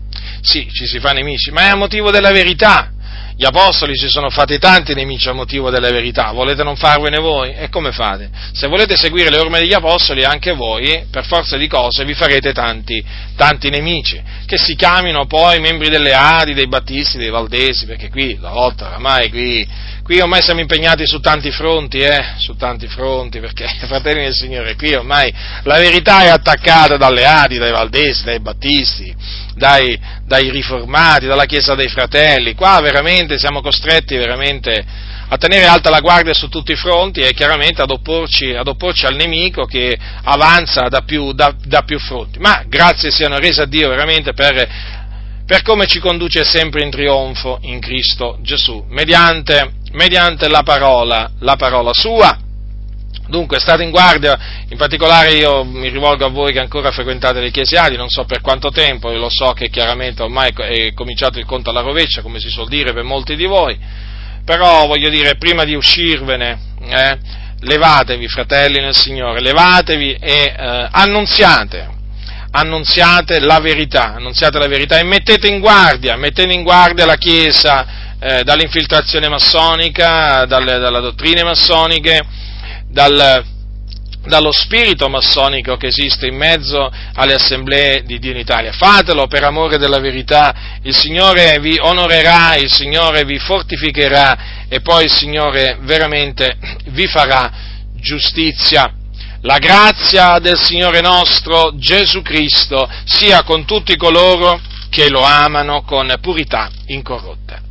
S1: sì, ci si fa nemici, ma è a motivo della verità. Gli apostoli si sono fatti tanti nemici a motivo della verità, volete non farvene voi? E come fate? Se volete seguire le orme degli apostoli, anche voi, per forza di cose, vi farete tanti nemici, che si chiamino poi membri delle Adi, dei Battisti, dei Valdesi, perché qui la lotta oramai, qui ormai siamo impegnati su tanti fronti, perché, fratelli del Signore, qui ormai la verità è attaccata dalle Adi, dai Valdesi, dai Battisti, dai riformati, dalla Chiesa dei Fratelli. Qua veramente siamo costretti veramente a tenere alta la guardia su tutti i fronti e chiaramente ad opporci al nemico che avanza da più fronti. Ma grazie siano rese a Dio veramente per come ci conduce sempre in trionfo in Cristo Gesù, mediante la parola sua. Dunque, state in guardia, in particolare io mi rivolgo a voi che ancora frequentate le chiese Adi, non so per quanto tempo, io lo so che chiaramente ormai è cominciato il conto alla rovescia, come si suol dire per molti di voi, però voglio dire, prima di uscirvene, levatevi, fratelli nel Signore, levatevi e annunziate la verità e mettete in guardia la Chiesa dall'infiltrazione massonica, dalle dottrine massoniche, dallo spirito massonico che esiste in mezzo alle assemblee di Dio in Italia. Fatelo per amore della verità, il Signore vi onorerà, il Signore vi fortificherà e poi il Signore veramente vi farà giustizia. La grazia del Signore nostro Gesù Cristo sia con tutti coloro che lo amano con purità incorrotta.